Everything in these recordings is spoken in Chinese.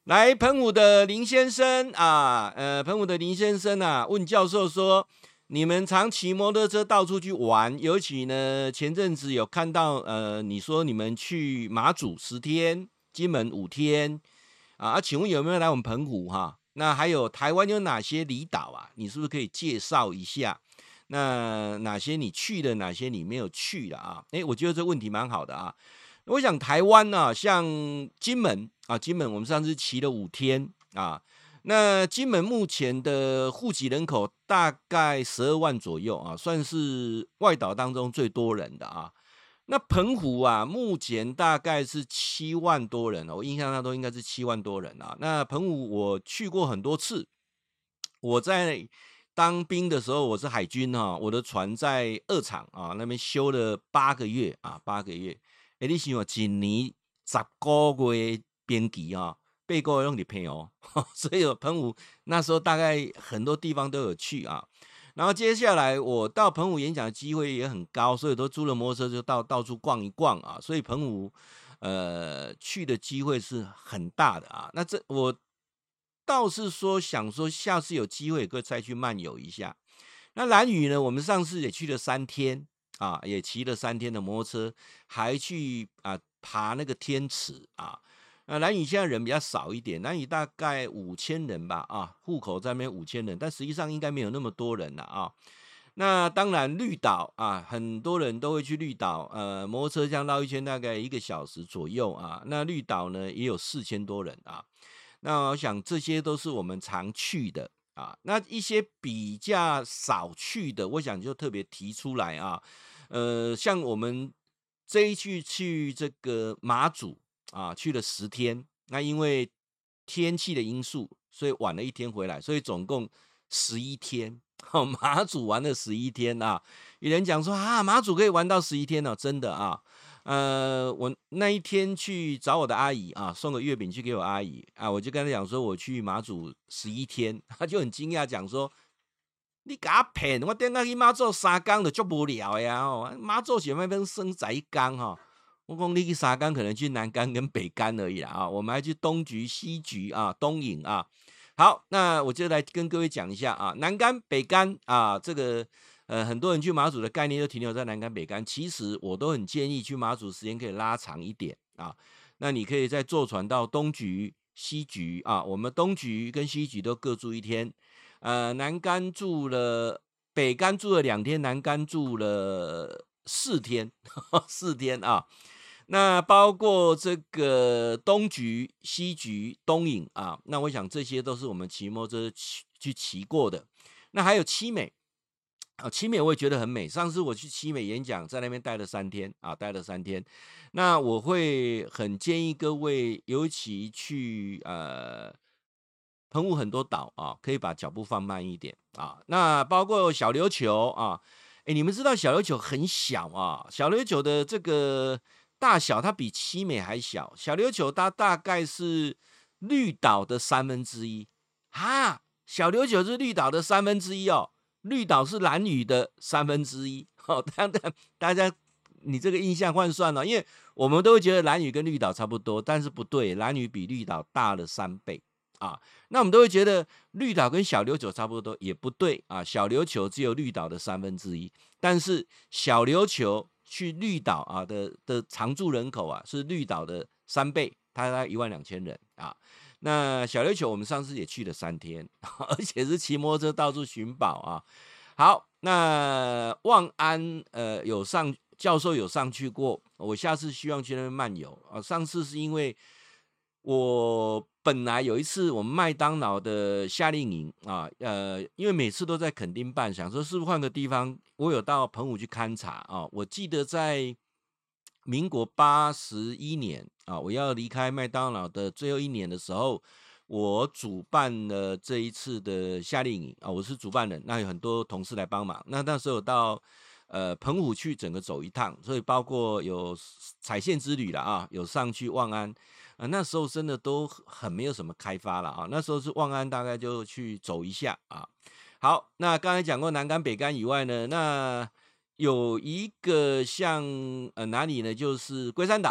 来，澎湖的林先生啊，澎湖的林先生啊，问教授说，你们常骑摩托车到处去玩，尤其呢，前阵子有看到，你说你们去马祖10天，金门5天啊，请问有没有来我们澎湖哈？那还有台湾有哪些离岛啊？你是不是可以介绍一下？那哪些你去的，哪些你没有去的啊？我觉得这问题蛮好的啊。我想台湾呢、像金门啊，金门我们上次骑了5天啊。那金门目前的户籍人口大概12万左右啊，算是外岛当中最多人的啊。那澎湖啊，目前大概是7万多人，我印象当中应该是7万多人啊。那澎湖我去过很多次，我在当兵的时候，我是海军哈，我的船在二厂啊那边修了8个月啊，8个月。你想想，一年10个月编辑啊，8个月用你配哦，所以我澎湖那时候大概很多地方都有去啊。然后接下来我到澎湖演讲的机会也很高，所以都租了摩托车就到处逛一逛啊。所以澎湖去的机会是很大的啊。那这我倒是说想说下次有机会也可以再去漫游一下。那兰屿呢，我们上次也去了3天啊，也骑了3天的摩托车，还去爬那个天池啊。兰屿现在人比较少一点，兰屿大概5000人吧啊，户口在那边5000人，但实际上应该没有那么多人了啊。那当然绿岛啊，很多人都会去绿岛，摩托车这样绕一圈大概1个小时左右啊。那绿岛呢也有4000多人啊。那我想这些都是我们常去的啊。那一些比较少去的，我想就特别提出来啊。像我们这一去这个马祖啊，去了10天。那因为天气的因素，所以晚了1天回来，所以总共11天。马祖玩了11天啊。有人讲说啊，马祖可以玩到11天哦，真的啊。我那一天去找我的阿姨啊，送个月饼去给我阿姨啊，我就跟她讲说我去马祖11天，她就很惊讶讲说，你给我骗，我等下去马祖3天就足无聊呀哦，马祖是那边生仔天哈。我讲你去3天可能去南竿跟北竿而已啦啊，我们还去东莒、西莒啊、东引啊。好，那我就来跟各位讲一下啊，南竿、北竿啊，这个很多人去马祖的概念就停留在南竿、北竿，其实我都很建议去马祖时间可以拉长一点啊。那你可以再坐船到东莒、西莒啊，我们东莒跟西莒都各住1天。南竿住了，北竿住了2天，南竿住了4天，4天啊。那包括这个东莒、西莒、东引啊，那我想这些都是我们骑摩托车去骑过的。那还有七美啊，七美我也觉得很美。上次我去七美演讲，在那边待了3天啊，待了3天。那我会很建议各位，尤其去澎湖很多岛啊，可以把脚步放慢一点啊。那包括小琉球啊，你们知道小琉球很小啊，小琉球的这个大小它比七美还小，小琉球它大概是绿岛的1/3哈，小琉球是绿岛的1/3哦，绿岛是兰屿的1/3哦。当然大家你这个印象换算了，因为我们都会觉得兰屿跟绿岛差不多，但是不对，兰屿比绿岛大了3倍啊。那我们都会觉得绿岛跟小琉球差不多，也不对啊。小琉球只有绿岛的1/3，但是小琉球去绿岛啊的常住人口啊是绿岛的3倍，它大概12000人啊。那小琉球我们上次也去了3天，而且是骑摩托车到处寻宝啊。好，那望安教授有上去过，我下次希望去那边漫游啊。上次是因为我本来有一次我们麦当劳的夏令营啊，因为每次都在垦丁办，想说是不是换个地方，我有到澎湖去勘察啊。我记得在民国81年啊，我要离开麦当劳的最后一年的时候，我主办了这一次的夏令营啊，我是主办人，那有很多同事来帮忙。那时候到澎湖去整个走一趟，所以包括有踩线之旅了啊，有上去望安那时候真的都很没有什么开发了啊，那时候是望安大概就去走一下啊。好，那刚才讲过南竿北竿以外呢，那有一个像哪里呢？就是龟山岛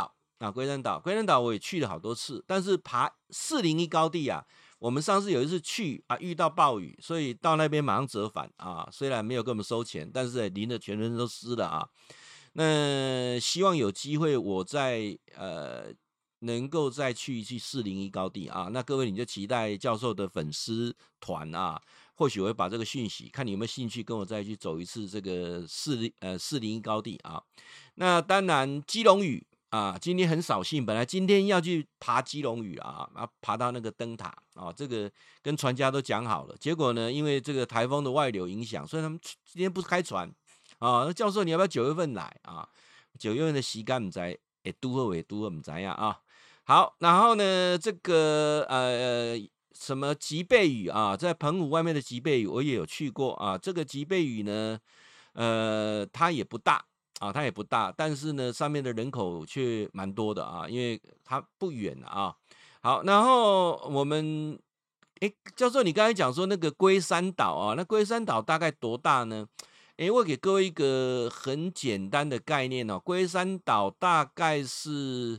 啊，龟山岛我也去了好多次，但是爬401高地啊，我们上次有一次去啊，遇到暴雨，所以到那边马上折返啊，虽然没有给我们收钱，但是淋得全身都湿了啊。那希望有机会我能够再去一去401高地啊。那各位你就期待教授的粉丝团啊，或许我会把这个讯息，看你有没有兴趣跟我再去走一次这个401高地啊。那当然基隆屿啊，今天很扫兴，本来今天要去爬基隆屿啊，爬到那个灯塔啊，这个跟船家都讲好了，结果呢，因为这个台风的外流影响，所以他们今天不开船啊。那教授你要不要9月份来啊？9月份的时间不知会拄好会拄好不知呀啊。好，然后呢，这个什么吉贝屿啊，在澎湖外面的吉贝屿我也有去过啊。这个吉贝屿呢，它也不大。啊，它也不大，但是呢，上面的人口却蛮多的啊，因为它不远了啊。好，然后我们，教授，你刚才讲说那个龟山岛啊，那龟山岛大概多大呢？我给各位一个很简单的概念哦，龟山岛大概是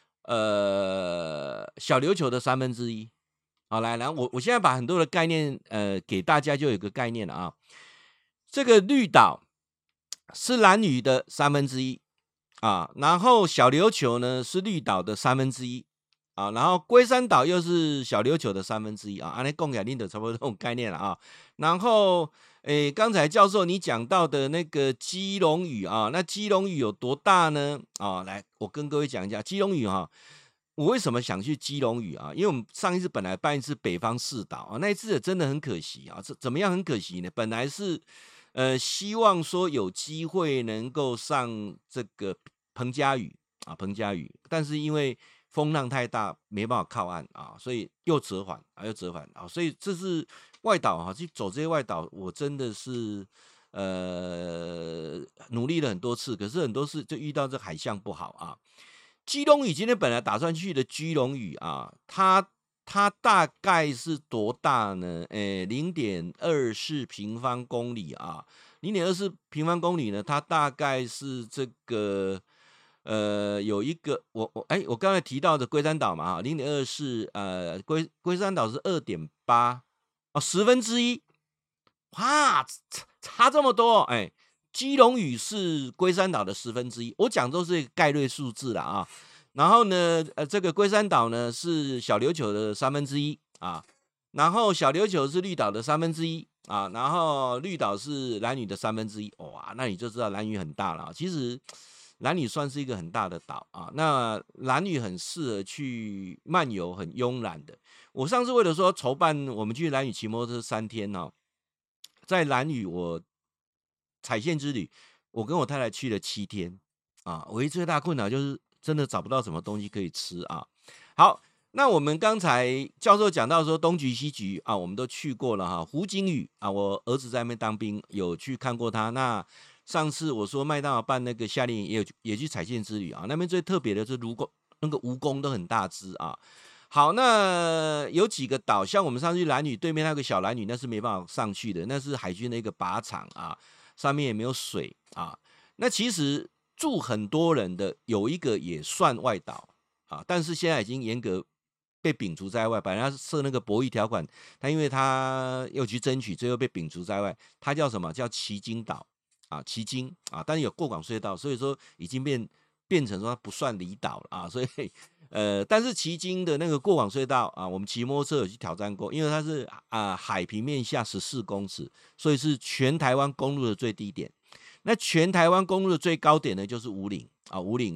小琉球的1/3。好，来，我现在把很多的概念给大家，就有一个概念了啊。这个绿岛是兰屿的1/3啊，然后小琉球呢是绿岛的1/3啊，然后龟山岛又是小琉球的1/3啊，安尼讲起来，你就差不多这种概念了啊。然后，刚才教授你讲到的那个基隆屿啊，那基隆屿有多大呢？啊，来，我跟各位讲一下基隆屿哈。我为什么想去基隆屿啊？因为我们上一次本来办一次北方四岛啊，那一次也真的很可惜啊。怎么样很可惜呢？本来是希望说有机会能够上这个彭佳屿啊，彭佳屿，但是因为风浪太大，没办法靠岸啊，所以又折返啊，所以这是外岛啊，去走这些外岛，我真的是努力了很多次，可是很多次就遇到这海象不好啊。基隆屿今天本来打算去的基隆屿啊，它大概是多大呢？0.24平方公里啊，0.24平方公里呢，它大概是这个有一个我刚才提到的龟山岛嘛0.24龟山岛是2.8哦1/10，哇，差这么多基隆屿是龟山岛的1/10，我讲都是概率数字了啊。然后呢，这个龟山岛呢是小琉球的1/3啊，然后小琉球是绿岛的1/3啊，然后绿岛是兰屿的1/3，哇，那你就知道兰屿很大了。其实兰屿算是一个很大的岛啊，那兰屿很适合去漫游，很慵懒的。我上次为了说筹办我们去兰屿骑摩托车3天哦，在兰屿我踩线之旅，我跟我太太去了7天啊，唯一最大困难就是真的找不到什么东西可以吃啊。好，那我们刚才教授讲到说东局西局啊，我们都去过了哈。湖景屿啊，我儿子在那边当兵，有去看过他。那上次我说麦当劳办那个夏令营也去踩线之旅啊，那边最特别的是那个蜈蚣都很大只啊。好，那有几个岛，像我们上次去兰屿对面那个小兰屿，那是没办法上去的，那是海军的一个靶场啊，上面也没有水啊。那其实住很多人的有一个也算外岛啊，但是现在已经严格被摒除在外。本来他设那个博弈条款，他因为他又去争取，最后被摒除在外。他叫什么？叫旗津岛啊，旗津啊，但是有过港隧道，所以说已经变成说它不算离岛了啊，所以但是旗津的那个过港隧道啊，我们骑摩托车有去挑战过，因为它是海平面下14公尺，所以是全台湾公路的最低点。那全台湾公路的最高点呢，就是武岭啊，武岭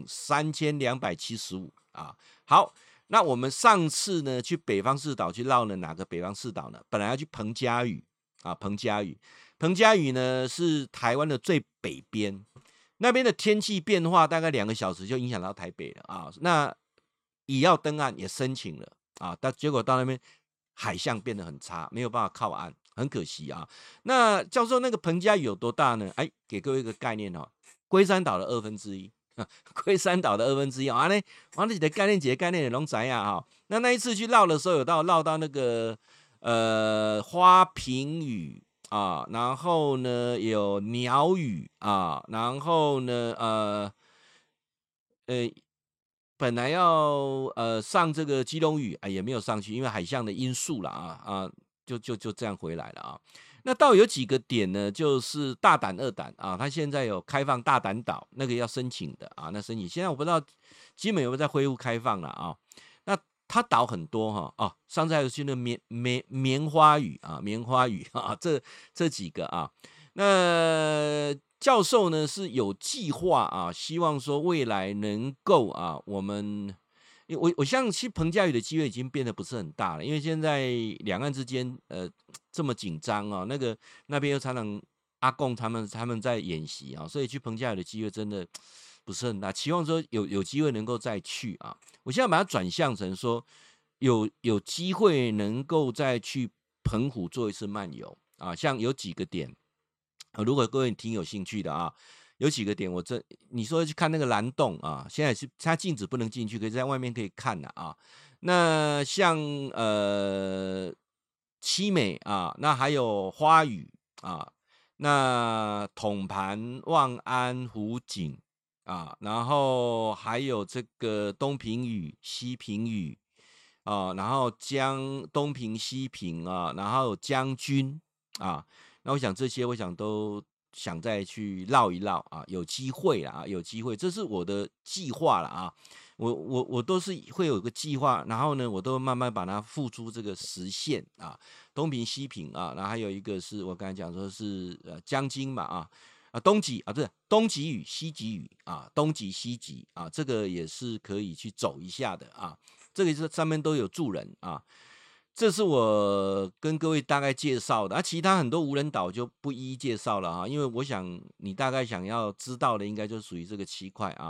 3275啊。好，那我们上次呢去北方四岛去绕了哪个北方四岛呢？本来要去彭佳屿啊，彭佳屿呢是台湾的最北边，那边的天气变化大概2个小时就影响到台北了啊。那也要登岸也申请了啊，但结果到那边海象变得很差，没有办法靠岸，很可惜啊。那教授那个彭佳屿有多大呢？给各位一个概念哦，龟山岛的1/2，龟山岛的1/2啊，那你的概念几个概念也拢知啊哈。那一次去绕的时候，有绕到那个花瓶屿啊，然后呢有鸟屿啊，然后呢本来要上这个基隆屿啊，也没有上去，因为海象的因素啦就这样回来了啊。那倒有几个点呢，就是大胆二胆啊，它现在有开放大胆岛，那个要申请的啊，那申请现在我不知道基本有没有在恢复开放了啊。那它岛很多哈上次还有去那棉花屿啊，棉花屿啊，这几个啊，那教授呢是有计划啊，希望说未来能够啊，因为我相信，其实彭佳屿的机会已经变得不是很大了，因为现在两岸之间这么紧张啊，那边又常常阿共他们在演习啊，所以去彭佳屿的机会真的不是很大。期望说有机会能够再去啊，我现在把它转向成说有机会能够再去澎湖做一次漫游啊，像有几个点。如果各位挺有兴趣的啊，有几个点你说去看那个蓝洞啊，现在是它禁止不能进去，可是在外面可以看的啊。那像七美啊，那还有花屿啊，那统盘、望安、湖景啊，然后还有这个东平屿、西平屿啊，然后东平、西平啊，然后将军啊。那我想这些，我想都想再去绕一绕啊，有机会啦啊，有机会，这是我的计划了啊。我都是会有一个计划，然后呢，我都慢慢把它付诸这个实现啊。东平、西平啊，然后还有一个是我刚才讲说是将军嘛东极啊，不是东极屿、西极屿啊，东极、西极啊，这个也是可以去走一下的啊。这个是上面都有住人啊。这是我跟各位大概介绍的，其他很多无人岛就不一一介绍了啊，因为我想你大概想要知道的，应该就属于这个7块啊。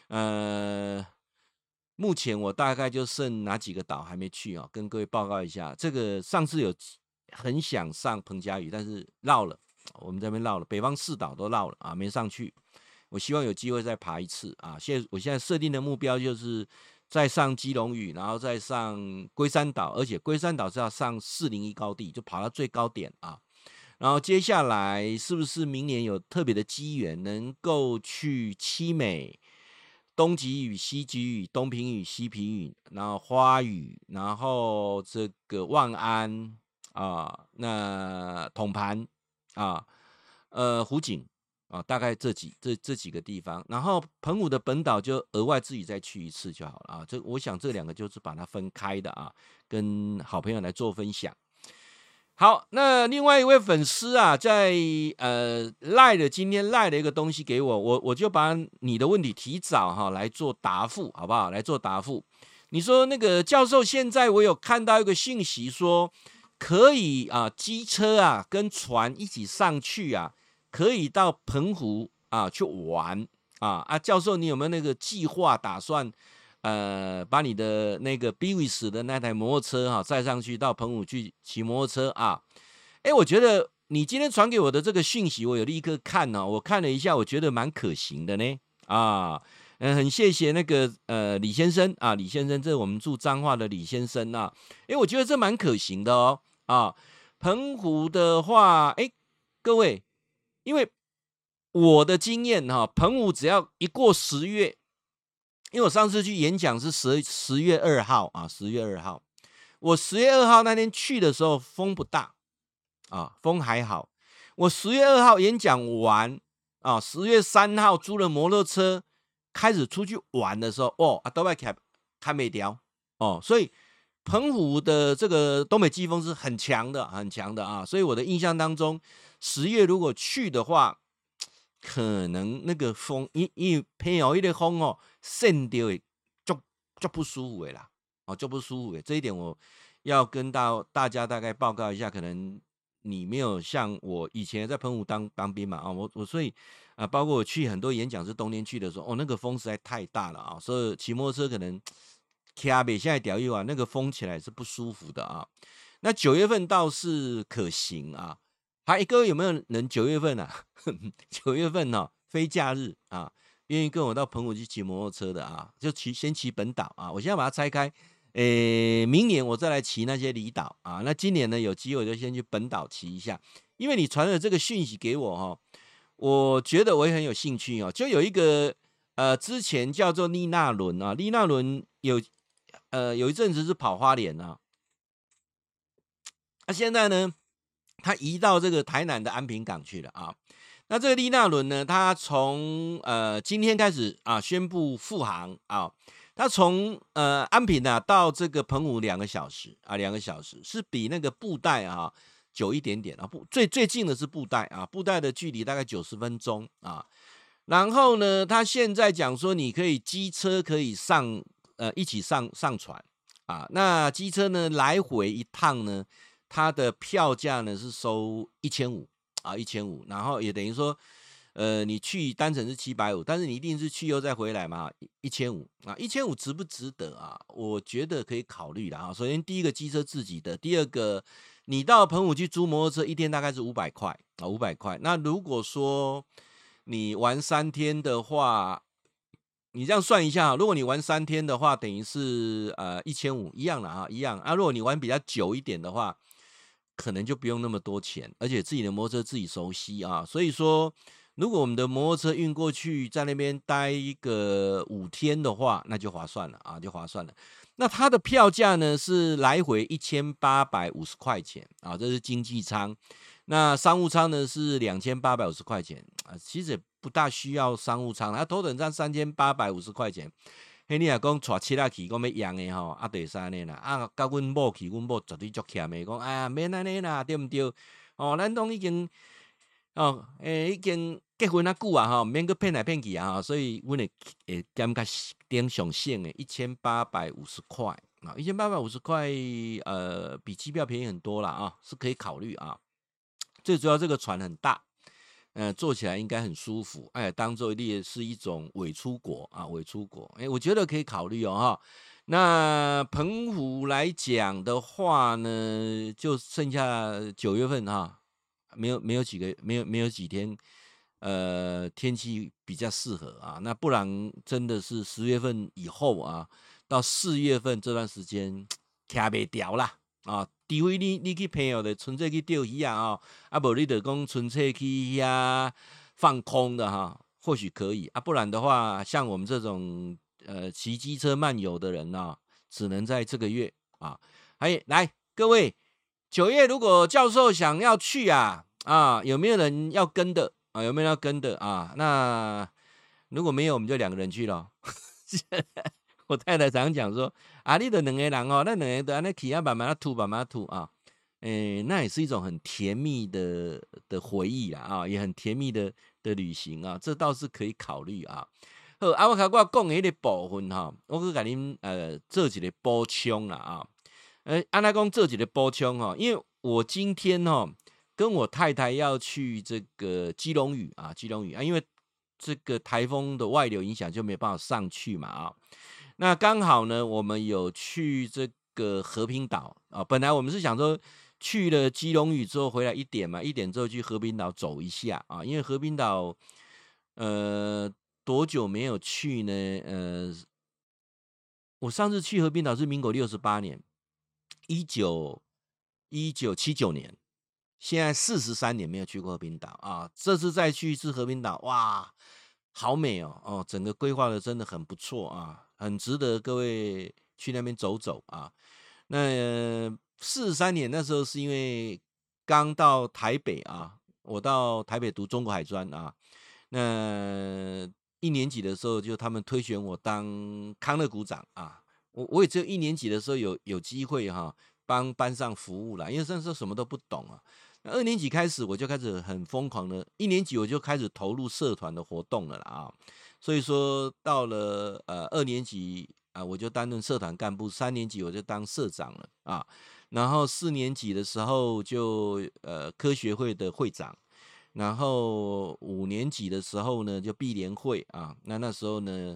目前我大概就剩哪几个岛还没去啊，跟各位报告一下。这个上次有很想上彭佳屿，但是绕了，我们这边绕了，北方4岛都绕了啊，没上去。我希望有机会再爬一次啊！我现在设定的目标就是再上基隆屿，然后再上龟山岛，而且龟山岛是要上401高地，就跑到最高点啊。然后接下来是不是明年有特别的机缘，能够去七美、东极屿、西极屿、东平屿、西平屿，然后花屿，然后这个万安啊，那统盘啊，湖景。大概这几个地方，然后澎湖的本岛就额外自己再去一次就好了啊。我想这2个就是把它分开的啊，跟好朋友来做分享。好，那另外一位粉丝啊，在今天赖了一个东西给我，我就把你的问题提早来做答复，好不好？来做答复。你说那个教授，现在我有看到一个讯息说，可以机车啊跟船一起上去啊。可以到澎湖去玩教授，你有没有那个计划打算把你的那个 Biwis 的那台摩托车载上去到澎湖去骑摩托车啊？我觉得你今天传给我的这个讯息，我有立刻看我看了一下，我觉得蛮可行的呢很谢谢那个李先生啊，李先生，这是我们住彰化的李先生啊，我觉得这蛮可行的哦澎湖的话，各位。因为我的经验澎湖只要一过10月，因为我上次去演讲是10月2号啊，10月2号，我10月2号那天去的时候风不大风还好。我10月2号演讲完10月3号租了摩托车开始出去玩的时候，都要开没掉所以澎湖的这个东北季风是很强的，很强的所以我的印象当中，10月如果去的话，可能那个风，因为偏有一个风渗到会就不舒服的啦，就不舒服的。这一点我要跟大家大概报告一下，可能你没有像我以前在澎湖当兵嘛所以包括我去很多演讲是冬天去的时候，那个风实在太大了所以骑摩托车可能。卡北现在钓鱼啊，那个风起来是不舒服的那9月份倒是可行各位有没有人9月份9月份非假日愿意跟我到澎湖去骑摩托车的就先骑本岛我现在把它拆开，明年我再来骑那些离岛那今年呢有机会就先去本岛骑一下，因为你传了这个讯息给我我觉得我也很有兴趣就有一个之前叫做利纳伦啊，利纳伦有一阵子是跑花莲啊，现在呢，他移到这个台南的安平港去了啊。那这个利纳伦呢，他从今天开始啊宣布复航啊，他从安平啊到这个澎湖2个小时啊，2个小时是比那个布袋啊久一点点啊，最近的是布袋啊，布袋的距离大概90分钟啊。然后呢，他现在讲说你可以机车可以一起上船啊，那机车呢来回一趟呢，它的票价呢是收1500啊，1500，然后也等于说，你去单程是750，但是你一定是去又再回来嘛，1500啊，1500值不值得啊？我觉得可以考虑的啊。首先第一个机车自己的，第二个你到澎湖去租摩托车，一天大概是500块啊，500块。那如果说你玩3天的话，你这样算一下，如果你玩3天的话，等于是1500一样了啊，一样啊。如果你玩比较久一点的话，可能就不用那么多钱，而且自己的摩托车自己熟悉啊。所以说，如果我们的摩托车运过去，在那边待一个5天的话，那就划算了啊，就划算了。那它的票价呢是来回1850块钱啊，这是经济舱。那商务舱呢是2850块钱啊，其实也不大需要商务舱，它头等舱3850块钱。迄你若讲带七仔去，讲要养的吼，啊，就是安尼啦。啊，甲阮某去，阮某绝对足欠的，讲哎呀，免安尼啦，对毋对？哦，咱拢已经已经结婚啊久啊吼，免去骗来骗去啊，所以阮会感觉顶上省的1850块啊，1850块比机票便宜很多啦啊，是可以考虑啊。最主要这个船很大，坐起来应该很舒服，当做也是一种伪出国啊，伪出国，我觉得可以考虑哦哈。那澎湖来讲的话呢，就剩下9月份哈，没有几天，天气比较适合啊。那不然真的是10月份以后啊，到4月份这段时间，徛袂掉啦啊。除非你去朋友的纯粹去钓鱼啊，无你就讲纯粹去遐放空的哈，或许可以啊。不然的话，像我们这种骑机车漫游的人啊，只能在这个月啊。来各位，9月如果教授想要去啊，有没有人要跟的啊？有没有要跟的啊？那如果没有，我们就2个人去咯。我太太常讲说，你的2个人哦，那2个人安尼去啊，慢慢吐，慢慢吐啊，那也是一种很甜蜜的回忆啦啊，也很甜蜜的旅行啊，这倒是可以考虑啊。好，我讲迄个部分哈，我去甲恁做一个补充啦啊。安那讲做一个补充哈，因为我今天跟我太太要去这个基隆屿啊，因为这个台风的外流影响就没有办法上去嘛啊。那刚好呢，我们有去这个和平岛啊。本来我们是想说去了基隆屿之后回来1点嘛，1点之后去和平岛走一下啊。因为和平岛多久没有去呢？我上次去和平岛是民国68年，1979年，现在43年没有去过和平岛啊。这次再去一次和平岛，哇，好美哦！整个规划的真的很不错啊，很值得各位去那边走走啊。那43年那时候是因为刚到台北啊，我到台北读中国海专啊。那1年级的时候，就他们推选我当康乐股长啊。我也只有1年级的时候有机会帮班上服务啦，因为那时候什么都不懂啊。那2年级开始我就开始很疯狂的，1年级我就开始投入社团的活动了啦啊。所以说到了2年级啊，我就担任社团干部，3年级我就当社长了啊。然后4年级的时候就科学会的会长。然后5年级的时候呢，就毕联会啊。那时候呢，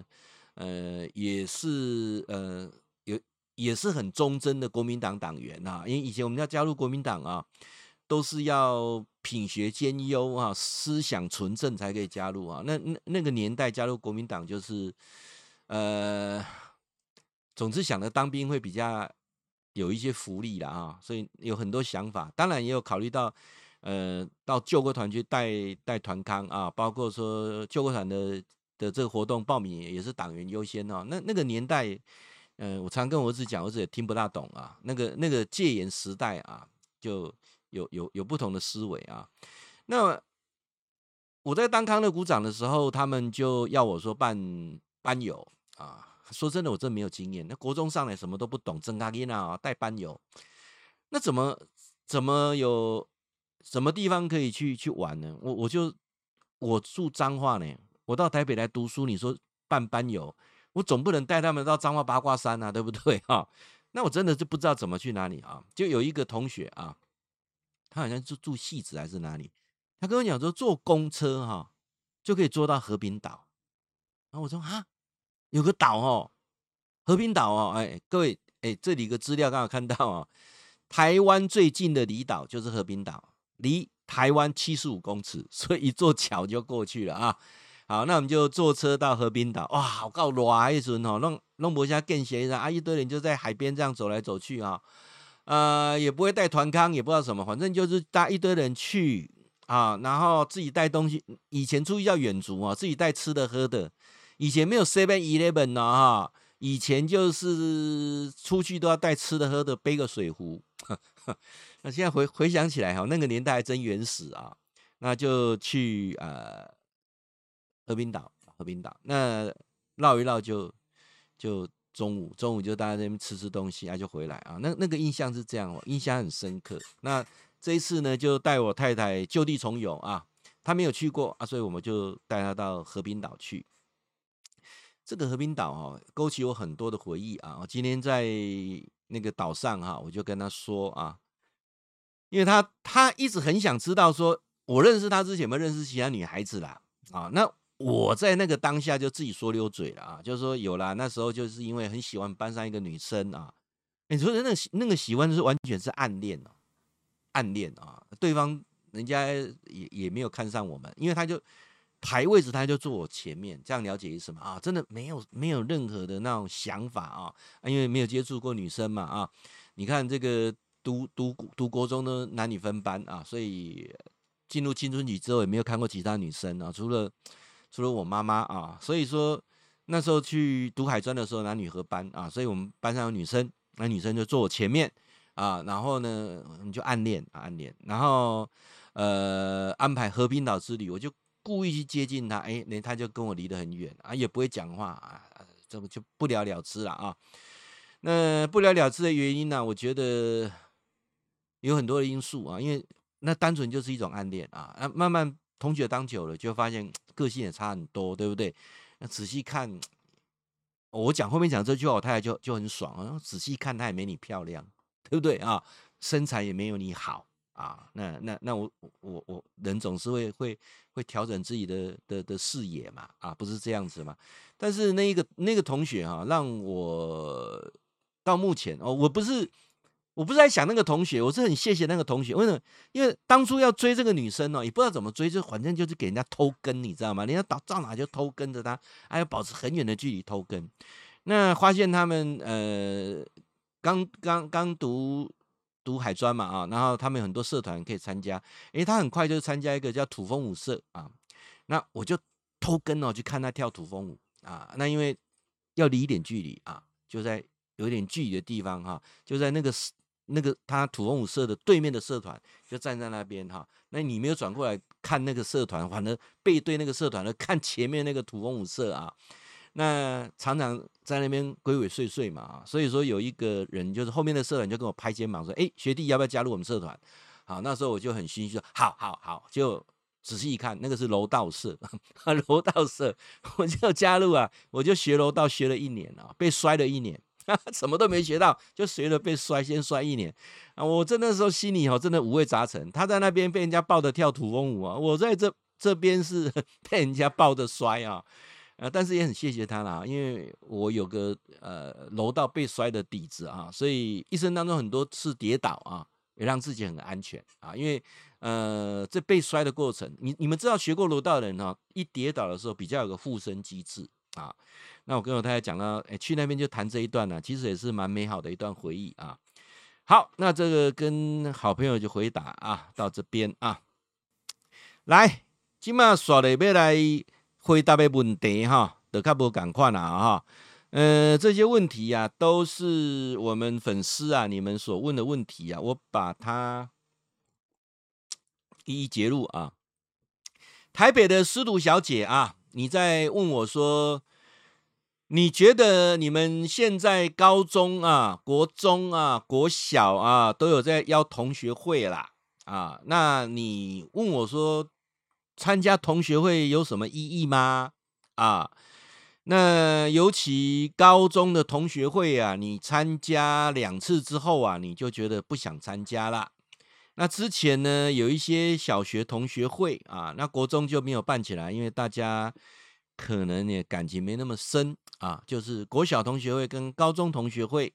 也是很忠贞的国民党党员啊。因为以前我们要加入国民党啊，都是要品学兼优啊，思想纯正才可以加入啊。那个年代加入国民党就是总之想着当兵会比较有一些福利啦啊，所以有很多想法。当然也有考虑到到救国团去带团康啊，包括说救国团的的这个活动报名也是党员优先哦。那个年代，我常跟我儿子讲，儿子也听不大懂啊。那个戒严时代啊，就有不同的思维啊。那我在当康乐股长的时候，他们就要我说办班友啊。说真的，我真没有经验。那国中上来什么都不懂，真咖囡啊带班友，那怎么有什么地方可以去玩呢？我住彰化呢，我到台北来读书，你说办班友，我总不能带他们到彰化八卦山啊，对不对啊？那我真的就不知道怎么去哪里啊。就有一个同学啊，他好像住汐止还是哪里，他跟我讲说坐公车就可以坐到和平岛。然后我说啊，有个岛和平岛哎，各位哎，这里个资料刚好看到台湾最近的离岛就是和平岛，离台湾75公尺，所以一座桥就过去了啊。好，那我们就坐车到和平岛，哇，好够热那时候弄不下见鞋啊，一堆人就在海边这样走来走去也不会带团康，也不知道什么，反正就是搭一堆人去啊，然后自己带东西。以前出去叫远足自己带吃的喝的。以前没有 7-Eleven 呢以前就是出去都要带吃的喝的，背个水壶。那现在回想起来那个年代还真原始啊。那就去和平岛，那绕一绕就中午就大家在那边吃东西就回来啊。那个印象是这样印象很深刻。那这一次呢，就带我太太就地重游啊，她没有去过所以我们就带她到和平岛去。这个和平岛勾起我很多的回忆啊。我今天在那个岛上我就跟她说因为她一直很想知道说，我认识她之前有没有认识其他女孩子啦那我在那个当下就自己说溜嘴了就是说有啦，那时候就是因为很喜欢班上一个女生你说那个喜欢是完全是暗恋对方人家也没有看上我们，因为他就排位置他就坐我前面，这样了解意思吗真的没有任何的那种想法因为没有接触过女生嘛你看这个读国中的男女分班所以进入青春期之后也没有看过其他女生除了我妈妈所以说那时候去读海专的时候男女合班所以我们班上有女生，那女生就坐我前面然后呢你就暗恋，然后安排和平岛之旅，我就故意去接近她，他就跟我离得很远也不会讲话这个就不了了之了那不了了之的原因呢，我觉得有很多的因素因为那单纯就是一种暗恋慢慢同学当久了，就发现个性也差很多，对不对？那仔细看，我后面讲这句话，我太太就很爽仔细看，她也没你漂亮，对不对身材也没有你好那我人总是会调整自己的视野嘛不是这样子嘛？但是那个同学让我到目前我不是在想那个同学，我是很谢谢那个同学。为什么？因为当初要追这个女生也不知道怎么追，就反正就是给人家偷跟，你知道吗？人家到哪就偷跟着她，还要保持很远的距离偷跟。那发现他们刚读海专嘛然后他们有很多社团可以参加。他很快就参加一个叫土风舞社那我就偷跟去看他跳土风舞那因为要离一点距离就在有一点距离的地方就在那个他土风舞社的对面的社团，就站在那边那你没有转过来看那个社团，反而背对那个社团的看前面那个土风舞社那常常在那边鬼鬼祟祟嘛所以说有一个人就是后面的社团就跟我拍肩膀说，学弟要不要加入我们社团？好，那时候我就很心虚说好，就仔细一看，那个是柔道社柔道社，我就加入我就学柔道学了1年被摔了1年。什么都没学到，就学了被摔，先摔1年我真的时候心里真的五味杂陈。他在那边被人家抱着跳土风舞我在这边是被人家抱着摔但是也很谢谢他啦，因为我有个柔道被摔的底子所以一生当中很多次跌倒也让自己很安全因为这被摔的过程，你们知道学过柔道的人一跌倒的时候比较有个护身机制那我跟我太太讲到去那边就谈这一段其实也是蛮美好的一段回忆好，那这个跟好朋友就回答到这边来，今晚耍了要来回答的问题哈，就较无共款啦哈。这些问题啊，都是我们粉丝啊，你们所问的问题啊，我把它一一揭露啊。台北的司徒小姐啊，你在问我说，你觉得你们现在高中啊、国中啊、国小啊，都有在邀同学会啦啊？那你问我说，参加同学会有什么意义吗？啊？那尤其高中的同学会啊，你参加2次之后啊，你就觉得不想参加啦。那之前呢，有一些小学同学会啊，那国中就没有办起来，因为大家可能也感情没那么深啊，就是国小同学会跟高中同学会。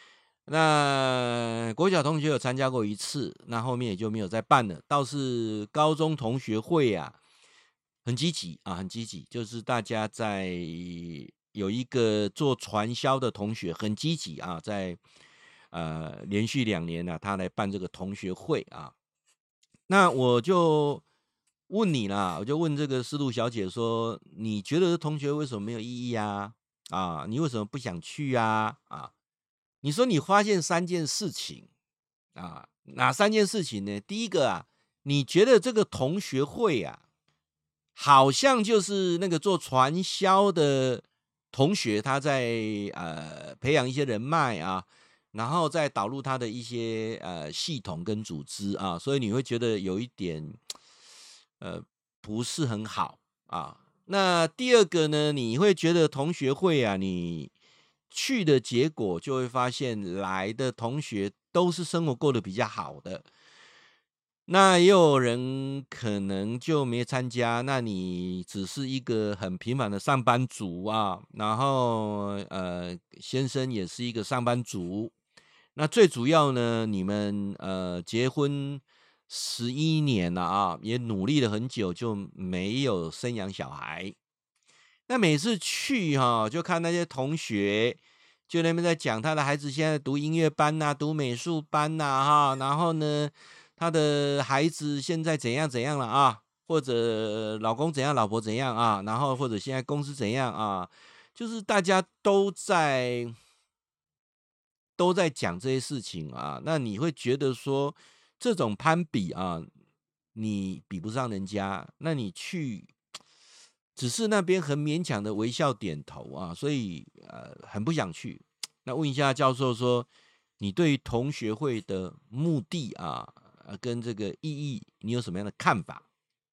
那国小同学有参加过1次，那后面也就没有再办了。倒是高中同学会啊，很积极啊，很积极，就是大家在有一个做传销的同学很积极啊，在连续2年啊，他来办这个同学会啊。那我就问你啦，我就问这个思路小姐说，你觉得同学为什么没有意义啊？啊，你为什么不想去啊？啊，你说你发现3件事情啊，哪3件事情呢？第一个啊，你觉得这个同学会啊，好像就是那个做传销的同学，他在培养一些人脉啊，然后再导入他的一些系统跟组织啊，所以你会觉得有一点不是很好啊。那第二个呢，你会觉得同学会啊，你去的结果就会发现来的同学都是生活过得比较好的。那也有人可能就没参加，那你只是一个很平凡的上班族啊，然后先生也是一个上班族，那最主要呢，你们结婚11年了啊，也努力了很久，就没有生养小孩。那每次去哈、就看那些同学，就那边在讲他的孩子现在读音乐班呐、读美术班呐、哈，然后呢，他的孩子现在怎样怎样了啊，或者老公怎样，老婆怎样啊，然后或者现在公司怎样啊，就是大家都在讲这些事情啊，那你会觉得说这种攀比啊，你比不上人家，那你去只是那边很勉强的微笑点头啊，所以很不想去。那问一下教授说，你对于同学会的目的啊，跟这个意义，你有什么样的看法？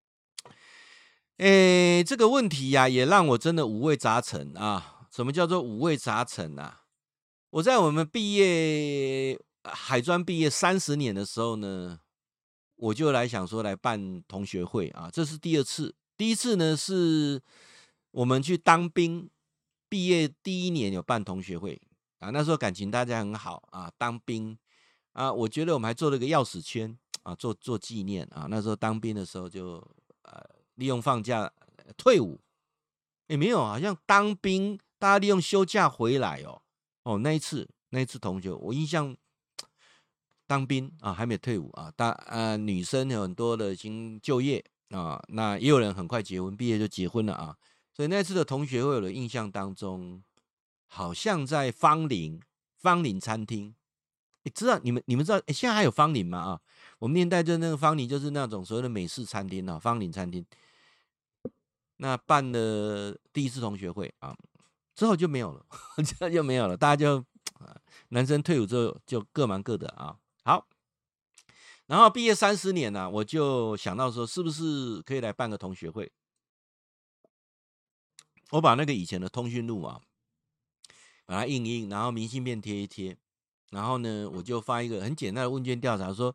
这个问题呀、也让我真的五味杂陈啊。什么叫做五味杂陈啊？我在我们海专毕业30年的时候呢，我就来想说来办同学会啊，这是第2次。第1次呢是我们去当兵，毕业第1年有办同学会啊，那时候感情大家很好啊，当兵啊，我觉得我们还做了个钥匙圈啊，做纪念啊。那时候当兵的时候就呃利用放假退伍，也没有，好像当兵大家利用休假回来哦。哦，那一次同学，我印象当兵啊，还没退伍啊，女生有很多的已经就业啊，那也有人很快结婚，毕业就结婚了啊。所以那次的同学会，我的印象当中，好像在芳林餐厅。你们知道，现在还有芳林吗？啊，我们年代就那个芳林，就是那种所谓的美式餐厅啊，芳林餐厅。那办了第1次同学会啊，之后就没有了，这就没有了，大家就男生退伍之后就各忙各的啊。好，然后毕业30年呢、我就想到说，是不是可以来办个同学会？我把那个以前的通讯录啊，把它印一印，然后明信片贴一贴，然后呢，我就发一个很简单的问卷调查，说，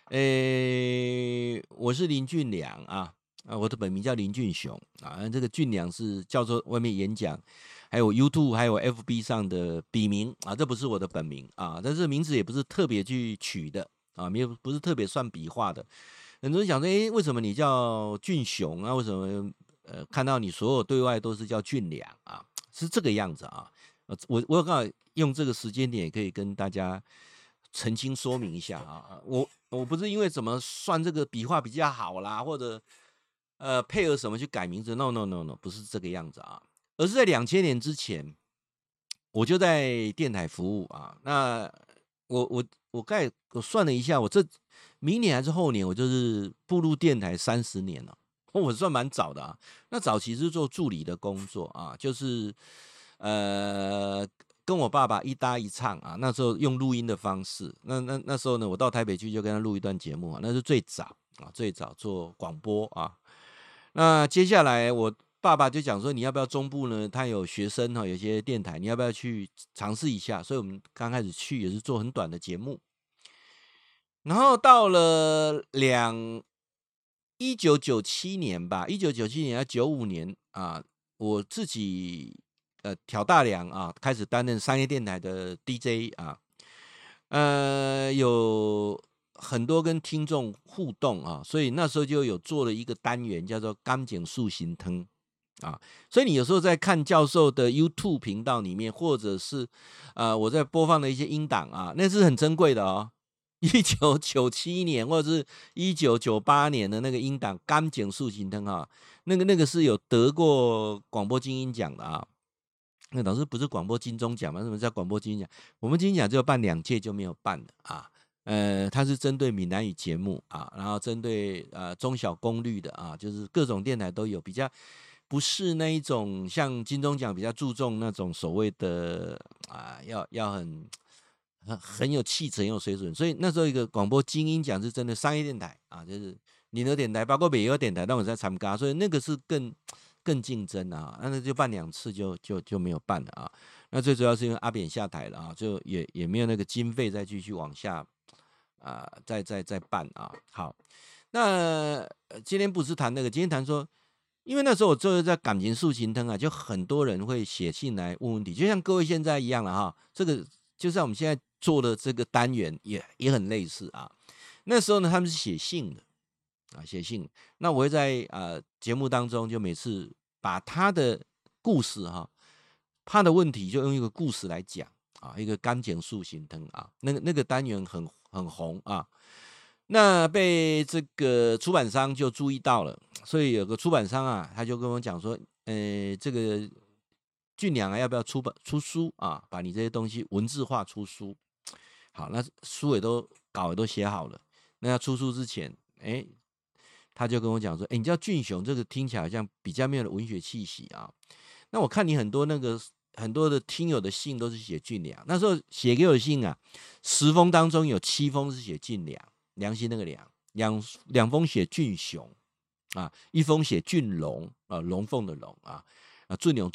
我是林俊良啊，我的本名叫林俊雄啊，这个俊良是叫做外面演讲，还有 YouTube 还有 FB 上的笔名啊，这不是我的本名啊，但是名字也不是特别去取的啊，没有不是特别算笔画的。很多人想说，为什么你叫俊雄啊？为什么看到你所有对外都是叫俊良啊？是这个样子啊。我刚好用这个时间点，可以跟大家澄清说明一下啊。我不是因为怎么算这个笔画比较好啦，或者配合什么去改名字？No No No No，不是这个样子啊，而是在2000年之前，我就在电台服务啊。那我我算了一下，我这明年还是后年，我就是步入电台30年了。我算蛮早的啊。那早期是做助理的工作啊，就是呃跟我爸爸一搭一唱啊。那时候用录音的方式，那时候呢，我到台北去就跟他录一段节目啊，那是最早啊，最早做广播啊。那接下来我爸爸就讲说，你要不要中部呢？他有学生哈，有些电台，你要不要去尝试一下？所以我们刚开始去也是做很短的节目，然后到了1997年吧，1997年95年啊，我自己挑大梁啊，开始担任商业电台的 DJ 啊。有很多跟听众互动啊，所以那时候就有做了一个单元叫做“钢井塑形汤”啊。所以你有时候在看教授的 YouTube 频道里面，或者是我在播放的一些音档啊，那是很珍贵的哦。1997年或者是1998年的那个音档“钢井塑形汤”啊，那个是有得过广播金鹰奖的啊。那老师不是广播金钟奖吗？什么叫广播金鹰奖？我们金鹰奖只有办2届就没有办了啊。它是针对闽南语节目啊，然后针对中小功率的啊，就是各种电台都有，比较不是那一种像金钟奖比较注重那种所谓的要很有气质、很有水准。所以那时候一个广播金鹰奖是真的商业电台啊，就是联合电台，包括北邮电台，让我在参加，所以那个是更竞争啊。那就办2次就没有办了啊。那最主要是因为阿扁下台了啊，就也没有那个经费再继续往下再办啊。好，那今天不是谈那个，今天谈说，因为那时候我就是在感情诉情灯啊，就很多人会写信来问问题，就像各位现在一样了哈。这个就像我们现在做的这个单元也很类似啊。那时候呢，他们是写信的啊，写信。那我会在节目当中，就每次把他的故事哈，他的问题就用一个故事来讲啊，一个甘碱树形灯啊，那个单元很红啊。那被这个出版商就注意到了，所以有个出版商啊，他就跟我讲说，这个俊良啊，要不要出书啊？把你这些东西文字化出书。好，那书稿也都写好了。那要出书之前，他就跟我讲说，你叫俊雄，这个听起来好像比较没有文学气息啊。那我看你很多的听友的信都是写俊良，那时候写给我的信啊，10封当中有7封是写俊良，良心那个良，两封写俊雄啊，一封写俊龙啊，龙凤的龙啊，俊龙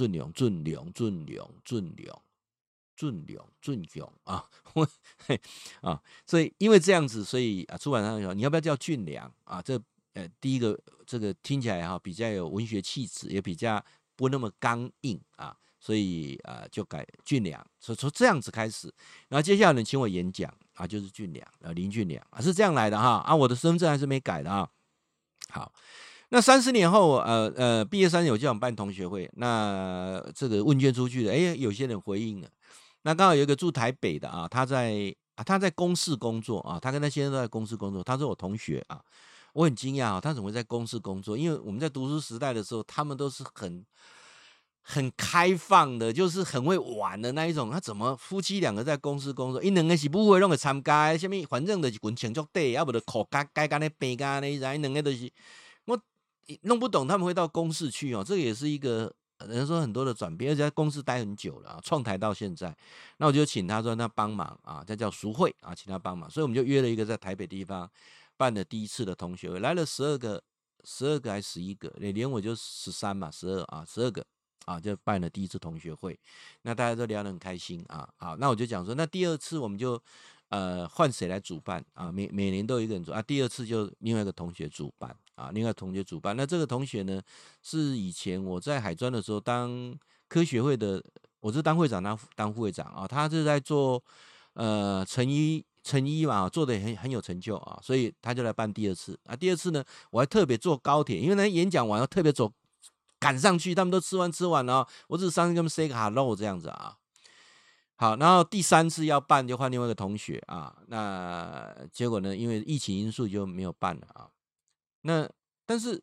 啊，所以因为这样子，所以出版商说你要不要叫俊良啊？第一个这个听起来比较有文学气质，也比较不那么刚硬啊，所以就改俊良，从这样子开始，然后接下来人请我演讲啊，就是俊良林俊良是这样来的哈我的身份证还是没改的啊。好，那30年后，毕业3年我就想办同学会，那这个问卷出去了，有些人回应了。那刚好有一个住台北的啊，他在公司工作啊，他跟他先生都在公司工作，他是我同学啊。我很惊讶他怎么会在公司工作？因为我们在读书时代的时候，他们都是很开放的，就是很会玩的那一种。他怎么夫妻2个在公司工作？因两个是不会弄个参加，什么反正就是滚庆祝day，要不就苦该干的病干的，因两个都是我弄不懂他们会到公司去哦。这个也是一个人说很多的转变，而且在公司待很久了创台到现在。那我就请他说那帮忙啊，这叫赎会啊，请他帮忙。所以我们就约了一个在台北地方办的第一次的同学会，来了12个还是11个，连我就13嘛，12个。就办了第一次同学会，那大家都聊得很开心啊。好，那我就讲说，那第2次我们就换谁来主办啊？每年都有一个人主啊。第2次就另外一个同学主办啊，另外同学主办。那这个同学呢，是以前我在海专的时候当科学会的，我是当会长当副会长啊。他是在做成衣嘛，做的很有成就啊，所以他就来办第2次啊。第2次呢，我还特别坐高铁，因为那演讲完要特别赶上去，他们都吃完了我只是上去跟他们 say 个 hello 这样子啊。好，然后第3次要办就换另外一个同学啊，那结果呢，因为疫情因素就没有办了啊。那但是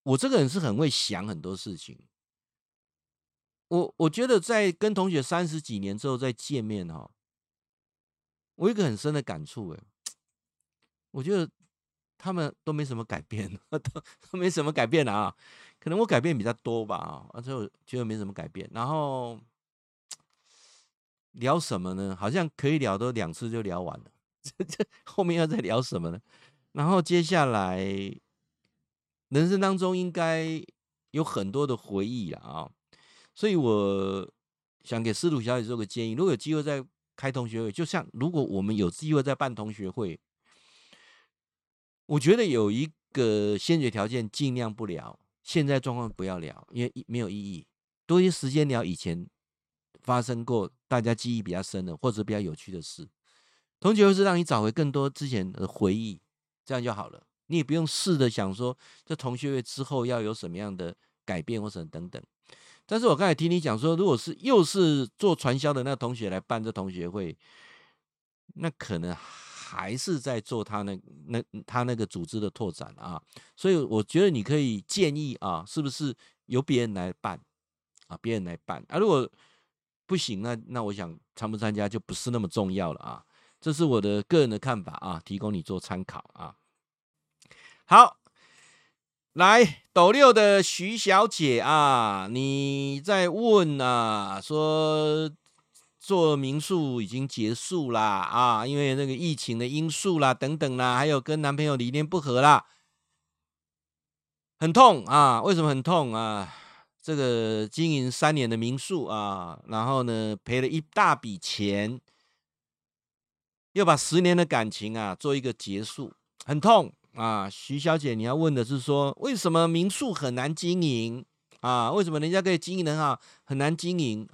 我这个人是很会想很多事情。我觉得在跟同学30几年之后再见面我有一个很深的感触我觉得他们都没什么改变，都没什么改变啊，可能我改变比较多吧所以我觉得没什么改变。然后聊什么呢？好像可以聊都2次就聊完了，这后面要再聊什么呢？然后接下来人生当中应该有很多的回忆所以我想给司徒小姐做个建议，如果有机会再开同学会，就像如果我们有机会再办同学会，我觉得有一个先决条件，尽量不聊现在状况，不要聊，因为没有意义。多一些时间聊以前发生过大家记忆比较深的或者比较有趣的事。同学会是让你找回更多之前的回忆，这样就好了。你也不用试着想说这同学会之后要有什么样的改变或者等等。但是我刚才听你讲说，如果是又是做传销的那同学来办这同学会，那可能还是在做他那个组织的拓展所以我觉得你可以建议是不是由别人来办别人来办如果不行，那我想参不参加就不是那么重要了这是我的个人的看法提供你做参考好，来斗六的徐小姐你在问说做民宿已经结束啦因为那个疫情的因素啦等等啦，还有跟男朋友理念不合啦，很痛为什么很痛这个经营3年的民宿然后呢赔了一大笔钱，又把10年的感情做一个结束，很痛徐小姐，你要问的是说，为什么民宿很难经营为什么人家可以经营得很好，很难经营